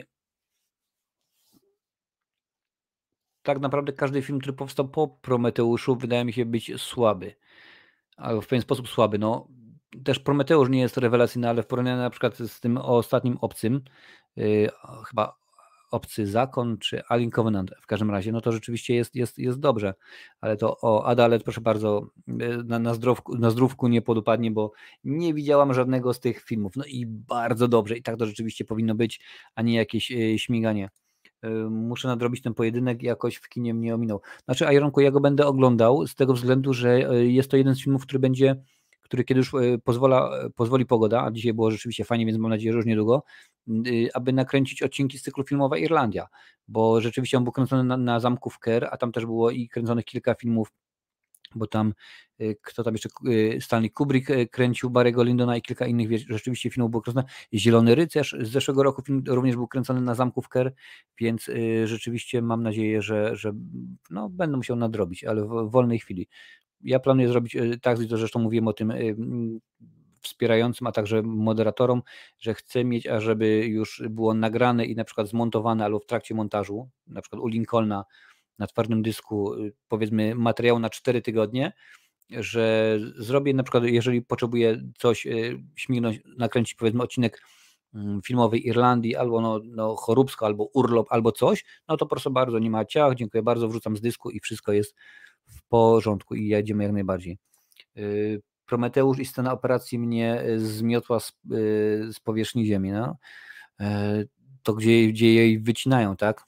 tak naprawdę każdy film, który powstał po Prometeuszu, wydaje mi się być słaby. Albo w pewien sposób słaby. No, też Prometeusz nie jest rewelacyjny, ale w porównaniu na przykład z tym ostatnim Obcym, chyba Obcy Zakon czy Alien Covenant w każdym razie, no to rzeczywiście jest dobrze, ale to Adalet, proszę bardzo, na zdrówku nie podupadnie, bo nie widziałam żadnego z tych filmów, no i bardzo dobrze i tak to rzeczywiście powinno być, a nie jakieś śmiganie. Muszę nadrobić ten pojedynek, jakoś w kinie mnie ominął. Znaczy, Ironku, ja go będę oglądał z tego względu, że jest to jeden z filmów, który kiedy już pozwoli pogoda, a dzisiaj było rzeczywiście fajnie, więc mam nadzieję, że już niedługo, aby nakręcić odcinki z cyklu Filmowa Irlandia, bo rzeczywiście on był kręcony na zamku w Ker, a tam też było i kręconych kilka filmów, bo tam kto tam jeszcze, Stanley Kubrick kręcił Barry'ego Lyndona i kilka innych rzeczywiście filmów było kręcone. Zielony Rycerz z zeszłego roku film również był kręcony na zamku w Ker, więc rzeczywiście mam nadzieję, że no, będę musiał nadrobić, ale w wolnej chwili. Ja planuję zrobić tak, zresztą mówiłem o tym wspierającym, a także moderatorom, że chcę mieć, ażeby już było nagrane i na przykład zmontowane albo w trakcie montażu, na przykład u Lincolna na twardym dysku, powiedzmy materiału na 4 tygodnie, że zrobię na przykład, jeżeli potrzebuję coś śmignąć, nakręcić powiedzmy odcinek filmowej Irlandii, albo no choróbsko, albo urlop, albo coś, no to proszę bardzo, nie ma ciach, dziękuję bardzo, wrzucam z dysku i wszystko jest w porządku i jedziemy jak najbardziej. Prometeusz i scena operacji mnie zmiotła z powierzchni ziemi, no. To gdzie jej wycinają, tak?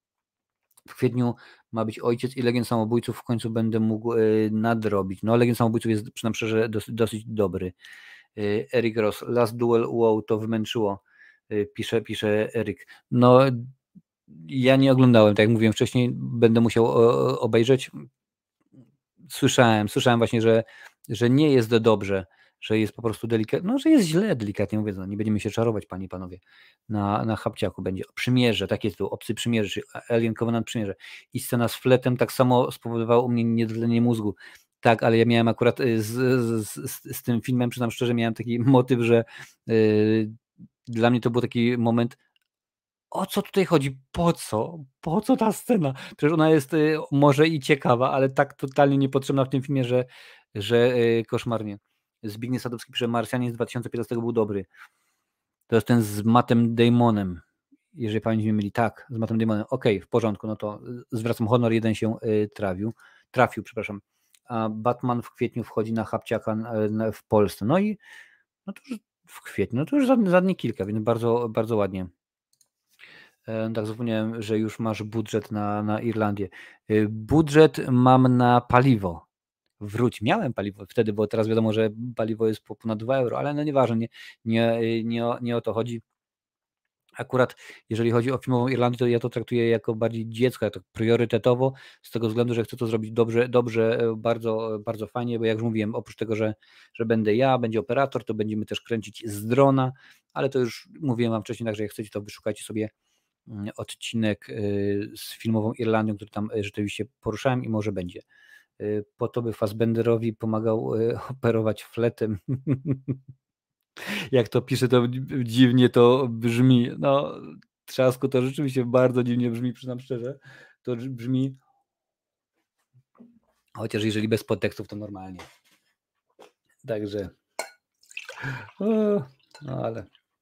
W kwietniu ma być Ojciec i Legend Samobójców, w końcu będę mógł nadrobić. No, Legend Samobójców jest, przynajmniej szczerze, dosyć dobry. Eric Ross, Last Duel, wow, to wymęczyło, pisze Eryk. No, ja nie oglądałem, tak jak mówiłem wcześniej, będę musiał obejrzeć. Słyszałem właśnie, że nie jest dobrze, że jest po prostu delikatnie, no, że jest źle, delikatnie mówiąc, no, nie będziemy się czarować, panie i panowie, na chapciaku będzie Przymierze, tak jest tu, Obcy Przymierze, czy Alien Covenant Przymierze i scena z fletem tak samo spowodowała u mnie niedowlenie mózgu, tak, ale ja miałem akurat z tym filmem, przyznam szczerze, miałem taki motyw, że dla mnie to był taki moment, o co tutaj chodzi? Po co? Po co ta scena? Przecież ona jest może i ciekawa, ale tak totalnie niepotrzebna w tym filmie, że koszmarnie. Zbigniew Sadowski pisze, Marsjanin z 2015 był dobry. To jest ten z Mattem Damonem. Jeżeli pamięć mnie myli, tak, z Mattem Damonem. Okej, w porządku, no to zwracam honor, jeden się trafił, przepraszam. A Batman w kwietniu wchodzi na chapciaka w Polsce. No i no to już w kwietniu, no to już za dni kilka, więc bardzo, bardzo ładnie. Tak, zapomniałem, że już masz budżet na Irlandię. Budżet mam na paliwo. Miałem paliwo wtedy, bo teraz wiadomo, że paliwo jest po ponad 2 euro, ale no nieważne, nie o to chodzi. Akurat jeżeli chodzi o filmową Irlandię, to ja to traktuję jako bardziej dziecko, ja to priorytetowo, z tego względu, że chcę to zrobić dobrze, bardzo, bardzo fajnie, bo jak już mówiłem, oprócz tego, że będę ja, będzie operator, to będziemy też kręcić z drona, ale to już mówiłem wam wcześniej, także jak chcecie, to wyszukajcie sobie odcinek z filmową Irlandią, który tam rzeczywiście poruszałem i może będzie. Po to by Fassbenderowi pomagał operować fletem. Jak to pisze, to dziwnie to brzmi. No, Trzasku to rzeczywiście bardzo dziwnie brzmi, przyznam szczerze. To brzmi, chociaż jeżeli bez podtekstów, to normalnie. Także no ale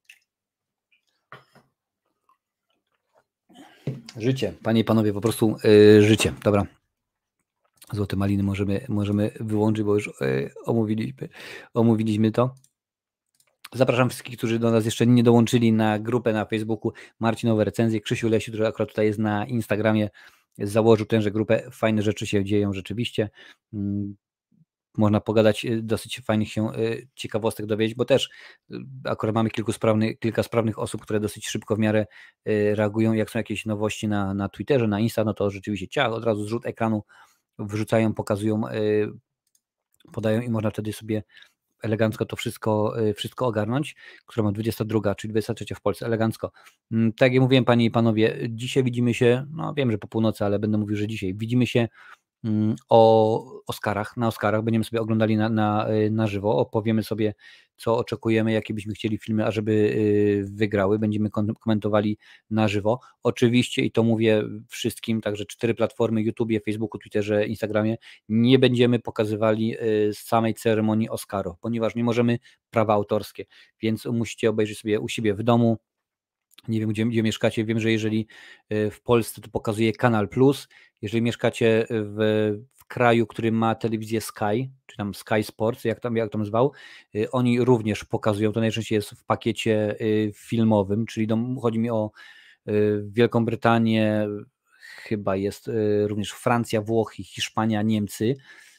życie, panie i panowie, po prostu życie. Dobra. Złote maliny możemy wyłączyć, bo już omówiliśmy to. Zapraszam wszystkich, którzy do nas jeszcze nie dołączyli na grupę na Facebooku Marcinowe Recenzje. Krzysiu Lesiu, który akurat tutaj jest na Instagramie, założył tęże grupę. Fajne rzeczy się dzieją rzeczywiście. Można pogadać, dosyć fajnych się ciekawostek dowiedzieć, bo też akurat mamy kilka sprawnych osób, które dosyć szybko w miarę reagują. Jak są jakieś nowości na Twitterze, na Insta, no to rzeczywiście ciach, od razu zrzut ekranu wrzucają, pokazują, podają i można wtedy sobie elegancko to wszystko ogarnąć, która ma 22, czyli 23 w Polsce, elegancko. Tak jak mówiłem, panie i panowie, dzisiaj widzimy się, no wiem, że po północy, ale będę mówił, że dzisiaj widzimy się o Oscarach, na Oscarach, będziemy sobie oglądali na żywo, opowiemy sobie, co oczekujemy, jakie byśmy chcieli filmy, ażeby wygrały, będziemy komentowali na żywo. Oczywiście, i to mówię wszystkim, także 4 platformy, YouTubie, Facebooku, Twitterze, Instagramie, nie będziemy pokazywali samej ceremonii Oscarów, ponieważ nie możemy, prawa autorskie, więc musicie obejrzeć sobie u siebie w domu, Nie wiem, gdzie mieszkacie. Wiem, że jeżeli w Polsce to pokazuje Kanal Plus, jeżeli mieszkacie w kraju, który ma telewizję Sky, czy tam Sky Sports, jak tam zwał, oni również pokazują, to najczęściej jest w pakiecie filmowym, czyli chodzi mi o Wielką Brytanię, chyba jest również Francja, Włochy, Hiszpania, Niemcy,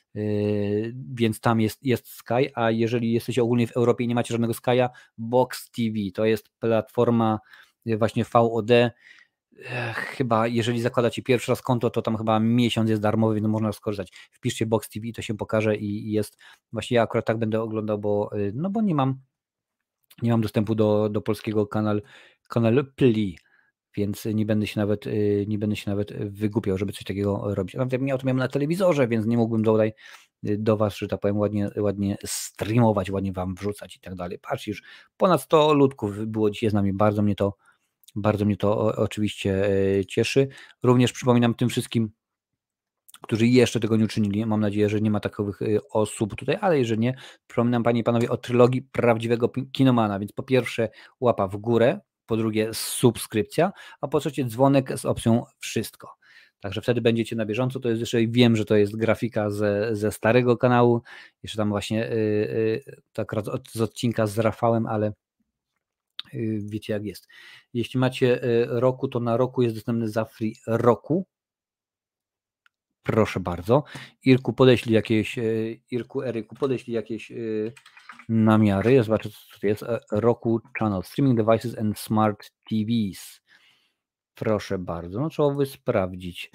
więc tam jest Sky, a jeżeli jesteście ogólnie w Europie i nie macie żadnego Sky'a, Box TV, to jest platforma właśnie VOD, chyba jeżeli zakładacie pierwszy raz konto, to tam chyba miesiąc jest darmowy, więc można skorzystać. Wpiszcie Box TV, to się pokaże i jest, właśnie ja akurat tak będę oglądał, bo nie mam dostępu do polskiego kanal Pli, więc nie będę się nawet wygłupiał, żeby coś takiego robić. Nawet ja to miałem na telewizorze, więc nie mógłbym tutaj do Was, że tak powiem, ładnie streamować, ładnie Wam wrzucać i tak dalej. Patrz, już ponad 100 ludków było dzisiaj z nami, bardzo mnie to oczywiście cieszy. Również przypominam tym wszystkim, którzy jeszcze tego nie uczynili. Mam nadzieję, że nie ma takowych osób tutaj, ale jeżeli nie, przypominam Panie i Panowie o trylogii prawdziwego kinomana, więc po pierwsze łapa w górę, po drugie subskrypcja, a po trzecie dzwonek z opcją wszystko. Także wtedy będziecie na bieżąco. To jest jeszcze, wiem, że to jest grafika ze starego kanału, jeszcze tam właśnie tak z odcinka z Rafałem, ale wiecie jak jest. Jeśli macie roku, to na roku jest dostępny za free roku. Proszę bardzo. Eryku, podeślij jakieś namiary. Ja zobaczę, co to jest. Roku Channel, Streaming Devices and Smart TVs. Proszę bardzo. No trzeba by sprawdzić.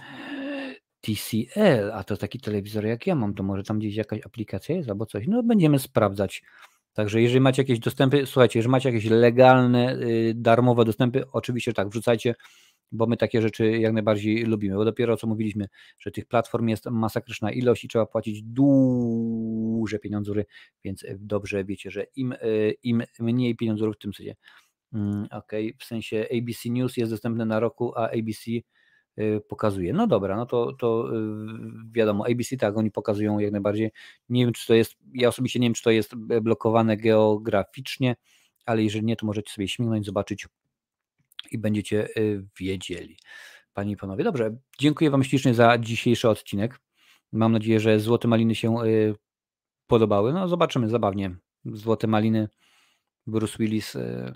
TCL, a to taki telewizor jak ja mam, to może tam gdzieś jakaś aplikacja jest albo coś. No będziemy sprawdzać. Także jeżeli macie jakieś dostępy, słuchajcie, jeżeli macie jakieś legalne, darmowe dostępy, oczywiście tak, wrzucajcie, bo my takie rzeczy jak najbardziej lubimy, bo dopiero co mówiliśmy, że tych platform jest masakryczna ilość i trzeba płacić duże pieniądze, więc dobrze wiecie, że im mniej pieniądze w tym sensie. Okej, w sensie ABC News jest dostępne na roku, a ABC pokazuje. No dobra, no to wiadomo, ABC tak, oni pokazują jak najbardziej. Nie wiem, czy to jest, ja osobiście nie wiem, czy to jest blokowane geograficznie, ale jeżeli nie, to możecie sobie śmignąć, zobaczyć i będziecie wiedzieli. Panie i Panowie, dobrze, dziękuję Wam ślicznie za dzisiejszy odcinek. Mam nadzieję, że Złote Maliny się podobały. No zobaczymy, zabawnie. Złote Maliny, Bruce Willis.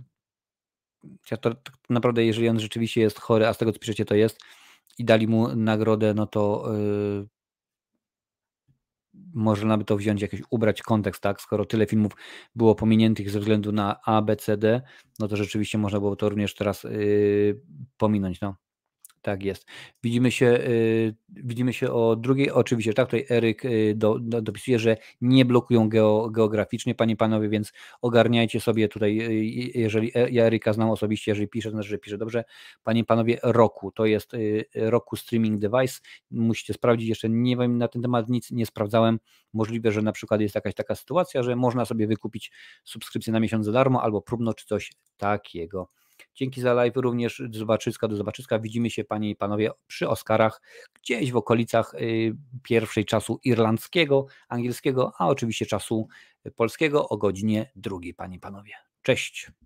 To naprawdę, jeżeli on rzeczywiście jest chory, a z tego co piszecie to jest, i dali mu nagrodę, no to można by to wziąć, jakiś ubrać kontekst, tak? Skoro tyle filmów było pominiętych ze względu na A, B, C, D, no to rzeczywiście można było to również teraz pominąć. No. Tak jest. Widzimy się o drugiej. Oczywiście, tak, tutaj Eryk dopisuje, że nie blokują geograficznie, panie i panowie, więc ogarniajcie sobie tutaj, jeżeli ja Eryka znam osobiście, jeżeli pisze, to znaczy, że pisze dobrze. Panie i panowie, roku, to jest roku streaming device, musicie sprawdzić, jeszcze nie wiem na ten temat nic, nie sprawdzałem. Możliwe, że na przykład jest jakaś taka sytuacja, że można sobie wykupić subskrypcję na miesiąc za darmo, albo próbno, czy coś takiego. Dzięki za live również, do zobaczyska. Widzimy się panie i panowie przy Oscarach, gdzieś w okolicach pierwszej czasu irlandzkiego, angielskiego, a oczywiście czasu polskiego o godzinie 2, panie i panowie. Cześć.